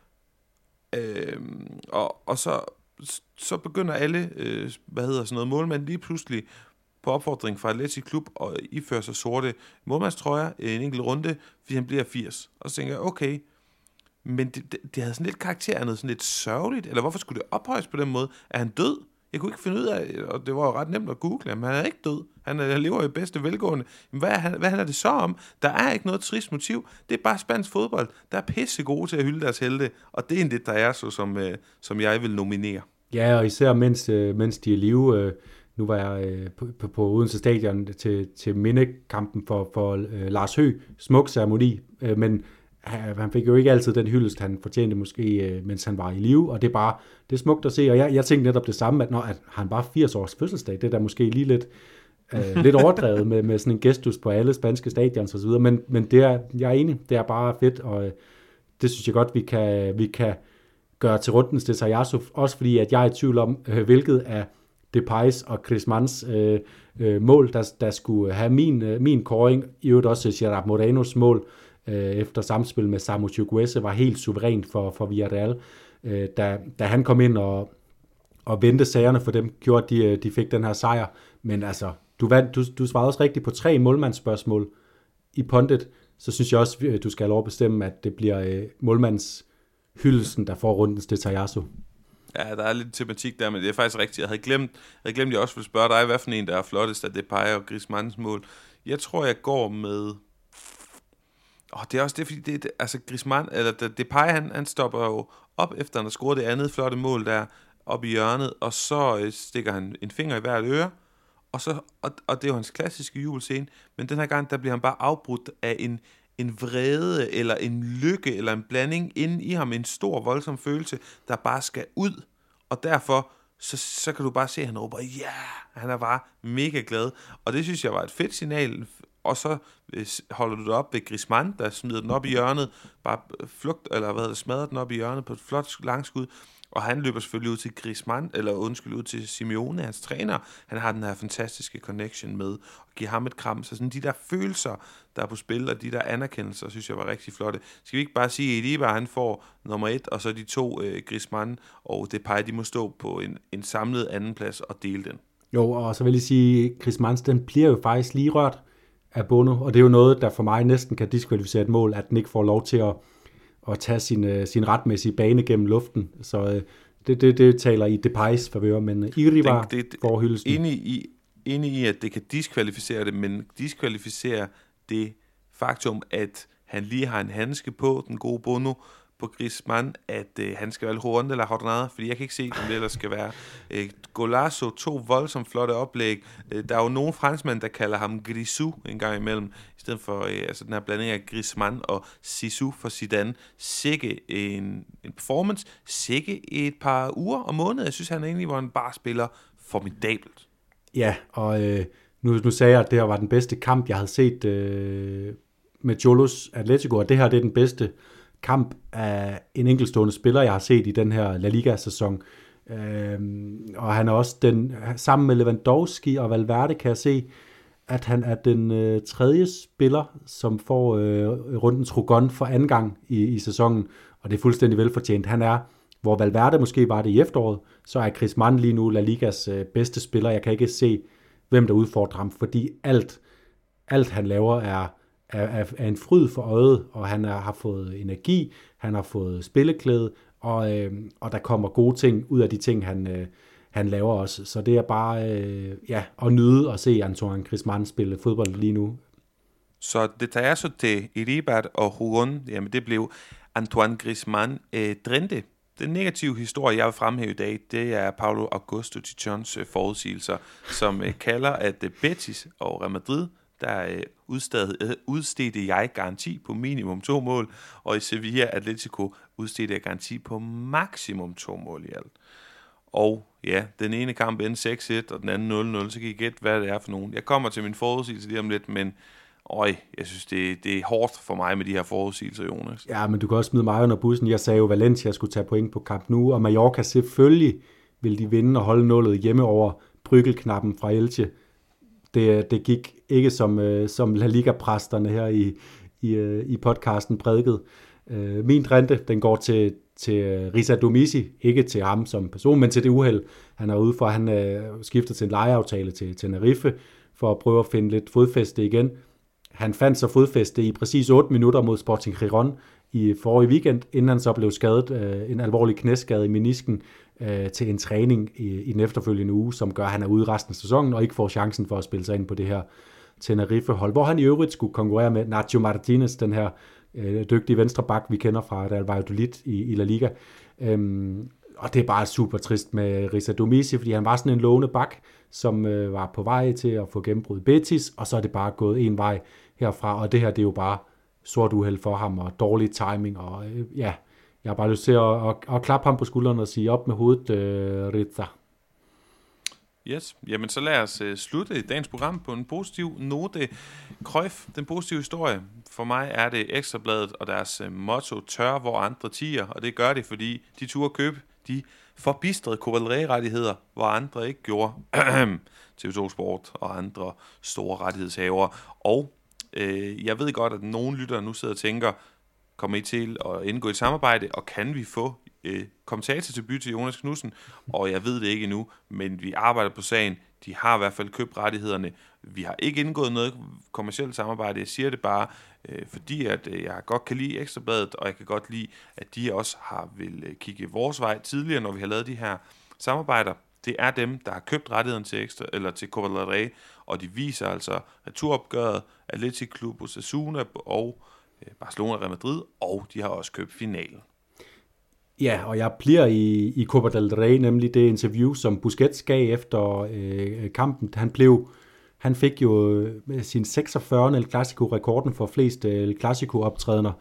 S1: og så begynder alle, målmænd lige pludselig på opfordring fra Athletic Klub og iføre sig sorte målmandstrøjer en enkelt runde, fordi han bliver 80. Og så tænker jeg, okay, men det havde sådan lidt karakter af noget sådan lidt sørgeligt, eller hvorfor skulle det ophøjes på den måde? Er han død? Jeg kunne ikke finde ud af, og det var jo ret nemt at google, men han er ikke død. Han lever i bedste velgående. Men hvad handler det så om? Der er ikke noget trist motiv. Det er bare spansk fodbold. Der er pisse gode til at hylde deres helte, og det er en det, der er så, som jeg vil nominere.
S2: Ja, og især mens de er i live. Nu var jeg på Odense Stadion til mindekampen for Lars Høgh. Smuk ceremoni, men han fik jo ikke altid den hyldest, han fortjente måske, mens han var i live, og det er smukt at se, og jeg tænkte netop det samme, at han bare 80 års fødselsdag, det er da måske lige lidt overdrevet med sådan en gestus på alle spanske stadions og så videre, men jeg er enig, det er bare fedt, og det synes jeg godt, vi kan gøre til rundens Detallazo, også fordi at jeg er i tvivl om, hvilket af Depay's og Griezmanns mål, der skulle have min kåring, i øvrigt også Gerard Morenos mål, efter samspil med Samu Chukwueze, var helt suverænt for Villarreal. Da han kom ind og vendte sagerne for dem, gjorde de fik den her sejr. Men altså, du svarede også rigtigt på 3 målmandsspørgsmål i Pundit, så synes jeg også, du skal have lov at bestemme, at det bliver målmandshyldelsen, der får rundens Detallazo.
S1: Ja, der er lidt tematik der, men det er faktisk rigtigt. Jeg havde glemt, jeg også ville spørge dig, hvad for en, der er flottest af Depay og Griezmanns mål. Jeg tror, jeg går med... det er også det, fordi Griezmann, eller Depay, han stopper jo op, efter han har scoret det andet flotte mål der op i hjørnet, og så stikker han en finger i hvert øre, og det er jo hans klassiske jubelscene, men den her gang, der bliver han bare afbrudt af en en vrede, eller en lykke, eller en blanding inde i ham, en stor, voldsom følelse, der bare skal ud, og derfor så kan du bare se, at han råber, ja, han er bare mega glad, og det synes jeg var et fedt signal, og så holder du det op ved Griezmann, der smider den op i hjørnet, bare smadrer den op i hjørnet på et flot langskud, og han løber selvfølgelig ud til Griezmann, ud til Simeone, hans træner. Han har den her fantastiske connection med, og giver ham et kram. Så sådan de der følelser, der er på spil, og de der anerkendelser, synes jeg var rigtig flotte. Skal vi ikke bare sige, at Eibar, han får nummer 1, og så de 2, Griezmann og Depay, de må stå på en samlet andenplads og dele den.
S2: Jo, og så vil jeg sige, at Griezmann, den bliver jo faktisk lige rørt af Bono, og det er jo noget, der for mig næsten kan diskvalificere et mål, at den ikke får lov til at tage sin retmæssige bane gennem luften. Så det taler i Depays favør, men Eibar får hyldelsen.
S1: Enig i, at det kan diskvalificere det, men diskvalificere det faktum, at han lige har en handske på, den gode Bono, på Griezmann, at han skal være rundt eller jornada, fordi jeg kan ikke se, om det ellers skal være. Golazo, 2 voldsomt flotte oplæg. Der er jo nogle franskmænd, der kalder ham Grisou en gang imellem, i stedet for den her blanding af Griezmann og Zizou for Zidane. Sikke en performance, sikke et par uger og måneder. Jeg synes, han egentlig var en barspiller formidabelt.
S2: Ja, og nu sagde jeg, at det her var den bedste kamp, jeg havde set med Cholos Atletico, og det her det er den bedste kamp af en enkeltstående spiller, jeg har set i den her La Liga-sæson. Og han er også sammen med Lewandowski og Valverde, kan jeg se, at han er den tredje spiller, som får rundens Rugon for anden gang i sæsonen, og det er fuldstændig velfortjent. Han er, hvor Valverde måske var det i efteråret, så er Griezmann lige nu La Ligas bedste spiller. Jeg kan ikke se, hvem der udfordrer ham, fordi alt han laver er en fryd for øjet, og han har fået energi, han har fået spilleklæde, og der kommer gode ting ud af de ting, han laver også. Så det er bare at nyde at se Antoine Griezmann spille fodbold lige nu.
S1: Så det tager så til Eibar og Rugon, jamen det blev Antoine Griezmann drente. Den negative historie, jeg vil fremhæve i dag, det er Paulo Augusto Chichons forudsigelser, som kalder, at Betis og Real Madrid, der udstedte jeg garanti på minimum 2 mål, og i Sevilla Atletico udstedte jeg garanti på maksimum 2 mål i alt. Og ja, den ene kamp endte 6-1, og den anden 0-0, så kan I gætte, hvad det er for nogen. Jeg kommer til min forudsigelse lige om lidt, men jeg synes, det er hårdt for mig med de her forudsigelser, Jonas.
S2: Ja, men du kan også smide mig under bussen. Jeg sagde jo, Valencia skulle tage point på Camp Nou, og Mallorca selvfølgelig vil de vinde og holde nullet hjemme over bryggelknappen fra Elche. Det gik ikke som La Liga-præsterne her i podcasten prædikede. Min drente, den går til Risa Domisi, ikke til ham som person, men til det uheld. Han er ude for, han skifter til en lejeaftale til Tenerife, for at prøve at finde lidt fodfæste igen. Han fandt så fodfæste i præcis 8 minutter mod Sporting Gijón i forrige weekend, inden han så blev skadet, en alvorlig knæskade i menisken, til en træning i den efterfølgende uge, som gør, at han er ude resten af sæsonen, og ikke får chancen for at spille sig ind på det her Tenerife-hold, hvor han i øvrigt skulle konkurrere med Nacho Martinez, den her dygtige venstreback, vi kender fra Real Valladolid i La Liga. Og det er bare super trist med Risa Domisi, fordi han var sådan en lovende bak, som var på vej til at få gennembrud i Betis, og så er det bare gået en vej herfra, og det her, det er jo bare sort uheld for ham, og dårlig timing, og jeg har bare lyst til at klappe ham på skulderen og sige op med hovedet, Rita.
S1: Yes, jamen så lad os slutte dagens program på en positiv note. Cruyff, den positive historie. For mig er det Ekstrabladet og deres motto, tør hvor andre tiger, og det gør det, fordi de turde købe de forbistrede Copa del Rey-rettigheder, hvor andre ikke gjorde. TV2 Sport og andre store rettighedshavere. Og jeg ved godt, at nogle lyttere nu sidder og tænker, kommer I til at indgå i et samarbejde, og kan vi få kommentator til by til Jonas Knudsen? Og jeg ved det ikke endnu, men vi arbejder på sagen. De har i hvert fald købt rettighederne. Vi har ikke indgået noget kommercielt samarbejde. Jeg siger det bare, fordi at jeg godt kan lide Ekstrabladet, og jeg kan godt lide, at de også vil kigge vores vej tidligere, når vi har lavet de her samarbejder. Det er dem, der har købt rettigheden til Copa del Rey, og de viser altså returopgøret, Athletic Club Osasuna og Barcelona og Real Madrid, og de har også købt finalen.
S2: Ja, og jeg bliver i Copa del Rey, nemlig det interview, som Busquets gav efter kampen. Han fik jo sin 46. El Clasico-rekorden for flest El Clasico-optrædener,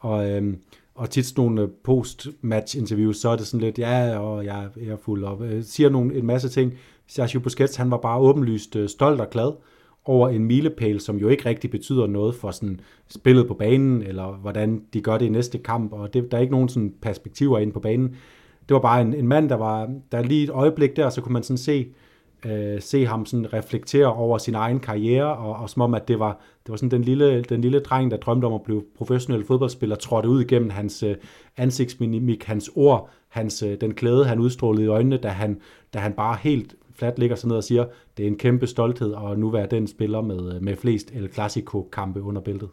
S2: og tit sådan nogle post-match-interviews, så er det sådan lidt, ja, og jeg er fuld op. Siger en masse ting. Sergio Busquets, han var bare åbenlyst stolt og glad over en milepæl, som jo ikke rigtig betyder noget for sådan spillet på banen, eller hvordan de gør det i næste kamp, og der er ikke nogen sådan perspektiver inde på banen. Det var bare en mand, der lige et øjeblik der, så kunne man sådan se ham sådan reflektere over sin egen karriere, og som om, at det var sådan den lille dreng, der drømte om at blive professionel fodboldspiller, trådte ud igennem hans ansigtsmimik, hans ord, den glæde, han udstrålede i øjnene, da han bare helt fladt ligger sådan ned og siger, det er en kæmpe stolthed, og nu være den spiller med flest El Clasico-kampe under bæltet.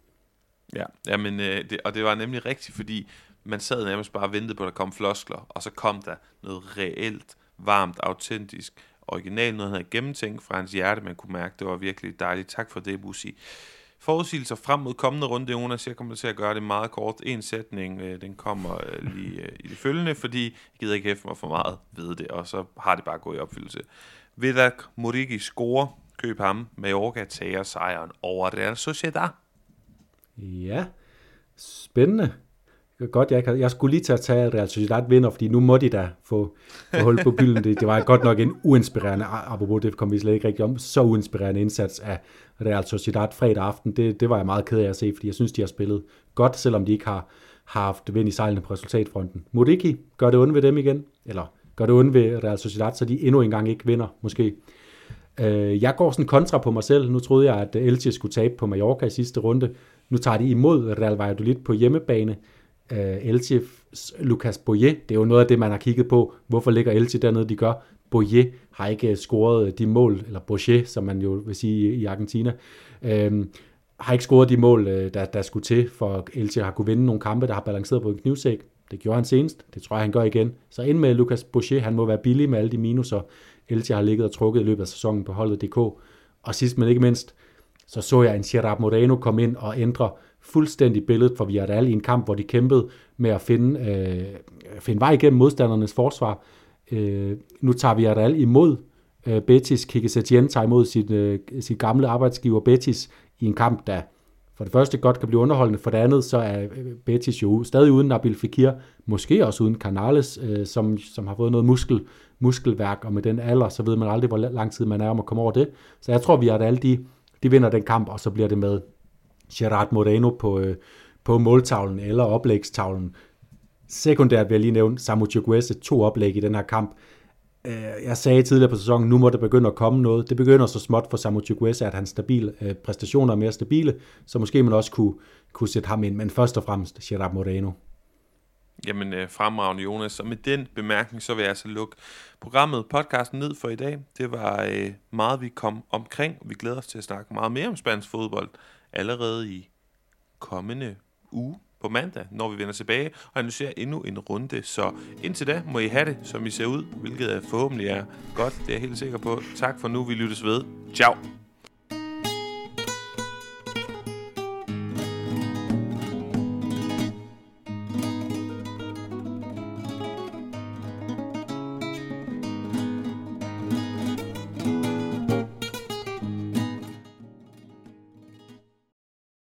S1: Ja, men det var nemlig rigtigt, fordi man sad nærmest bare og ventede på, at der kom floskler, og så kom der noget reelt, varmt, autentisk, original, noget han havde gennemtænkt fra hans hjerte, man kunne mærke, det var virkelig dejligt. Tak for det, Bussi. Forudsigelser frem mod kommende runde, Jonas, jeg kommer til at gøre det meget kort. En sætning, den kommer lige i det følgende, fordi jeg gider ikke hæfte mig for meget ved det, og så har det bare gået i opfyldelse. Vedat Muriqi scorer, køb ham, Mallorca tager sejren over Real Sociedad.
S2: Ja, spændende. Godt, jeg skulle lige til at tage Real Sociedad vinder, fordi nu må de da få hul på bylden. Det var godt nok en uinspirerende, apropos det kom vi slet ikke rigtig om, så uinspirerende indsats af Real Sociedad fredag aften. Det var jeg meget ked af at se, fordi jeg synes, de har spillet godt, selvom de ikke har haft vind i sejlene på resultatfronten. Muriqi, gør det ondt ved dem igen, eller gør det ondt ved Real Sociedad, så de endnu engang ikke vinder, måske. Jeg går sådan kontra på mig selv. Nu troede jeg, at Elche skulle tabe på Mallorca i sidste runde. Nu tager de imod Real Valladolid på hjemmebane. Elche, Lucas Boyé, det er jo noget af det, man har kigget på. Hvorfor ligger Elche dernede, de gør? Boyé har ikke scoret de mål, eller Boyé, som man jo vil sige i Argentina, har ikke scoret de mål, der skulle til, for Elche har kunne vinde nogle kampe, der har balanceret på en knivsæk. Det gjorde han senest, det tror jeg, han gør igen. Så ind med Lucas Boyé, han må være billig med alle de minuser, Elche har ligget og trukket i løbet af sæsonen på holdet.dk. Og sidst, men ikke mindst, så jeg en Gerard Moreno komme ind og ændre fuldstændig billedet for Villarreal i en kamp, hvor de kæmpede med at finde vej igennem modstandernes forsvar. Nu tager Villarreal imod Betis. Quique Setién tager imod sit gamle arbejdsgiver Betis i en kamp, der for det første godt kan blive underholdende. For det andet, så er Betis jo stadig uden Nabil Fekir, måske også uden Canales, som har fået noget muskelværk, og med den alder, så ved man aldrig, hvor lang tid man er om at komme over det. Så jeg tror, Villarreal, de vinder den kamp, og så bliver det med Gerard Moreno på måltavlen eller oplægstavlen. Sekundært vil jeg lige nævne Samu Chukwueze 2 oplæg i den her kamp. Jeg sagde tidligere på sæsonen, nu må det begynde at komme noget. Det begynder så småt for Samu Chukwueze, at hans præstationer er mere stabile, så måske man også kunne sætte ham ind, men først og fremmest Gerard Moreno.
S1: Jamen fremragende, Jonas. Så med den bemærkning, så vil jeg altså lukke podcasten ned for i dag. Det var meget, vi kom omkring. Vi glæder os til at snakke meget mere om spansk fodbold allerede i kommende uge på mandag, når vi vender tilbage og analyserer endnu en runde. Så indtil da må I have det, som I ser ud, hvilket forhåbentlig er godt. Det er jeg helt sikker på. Tak for nu. Vi lyttes ved. Ciao.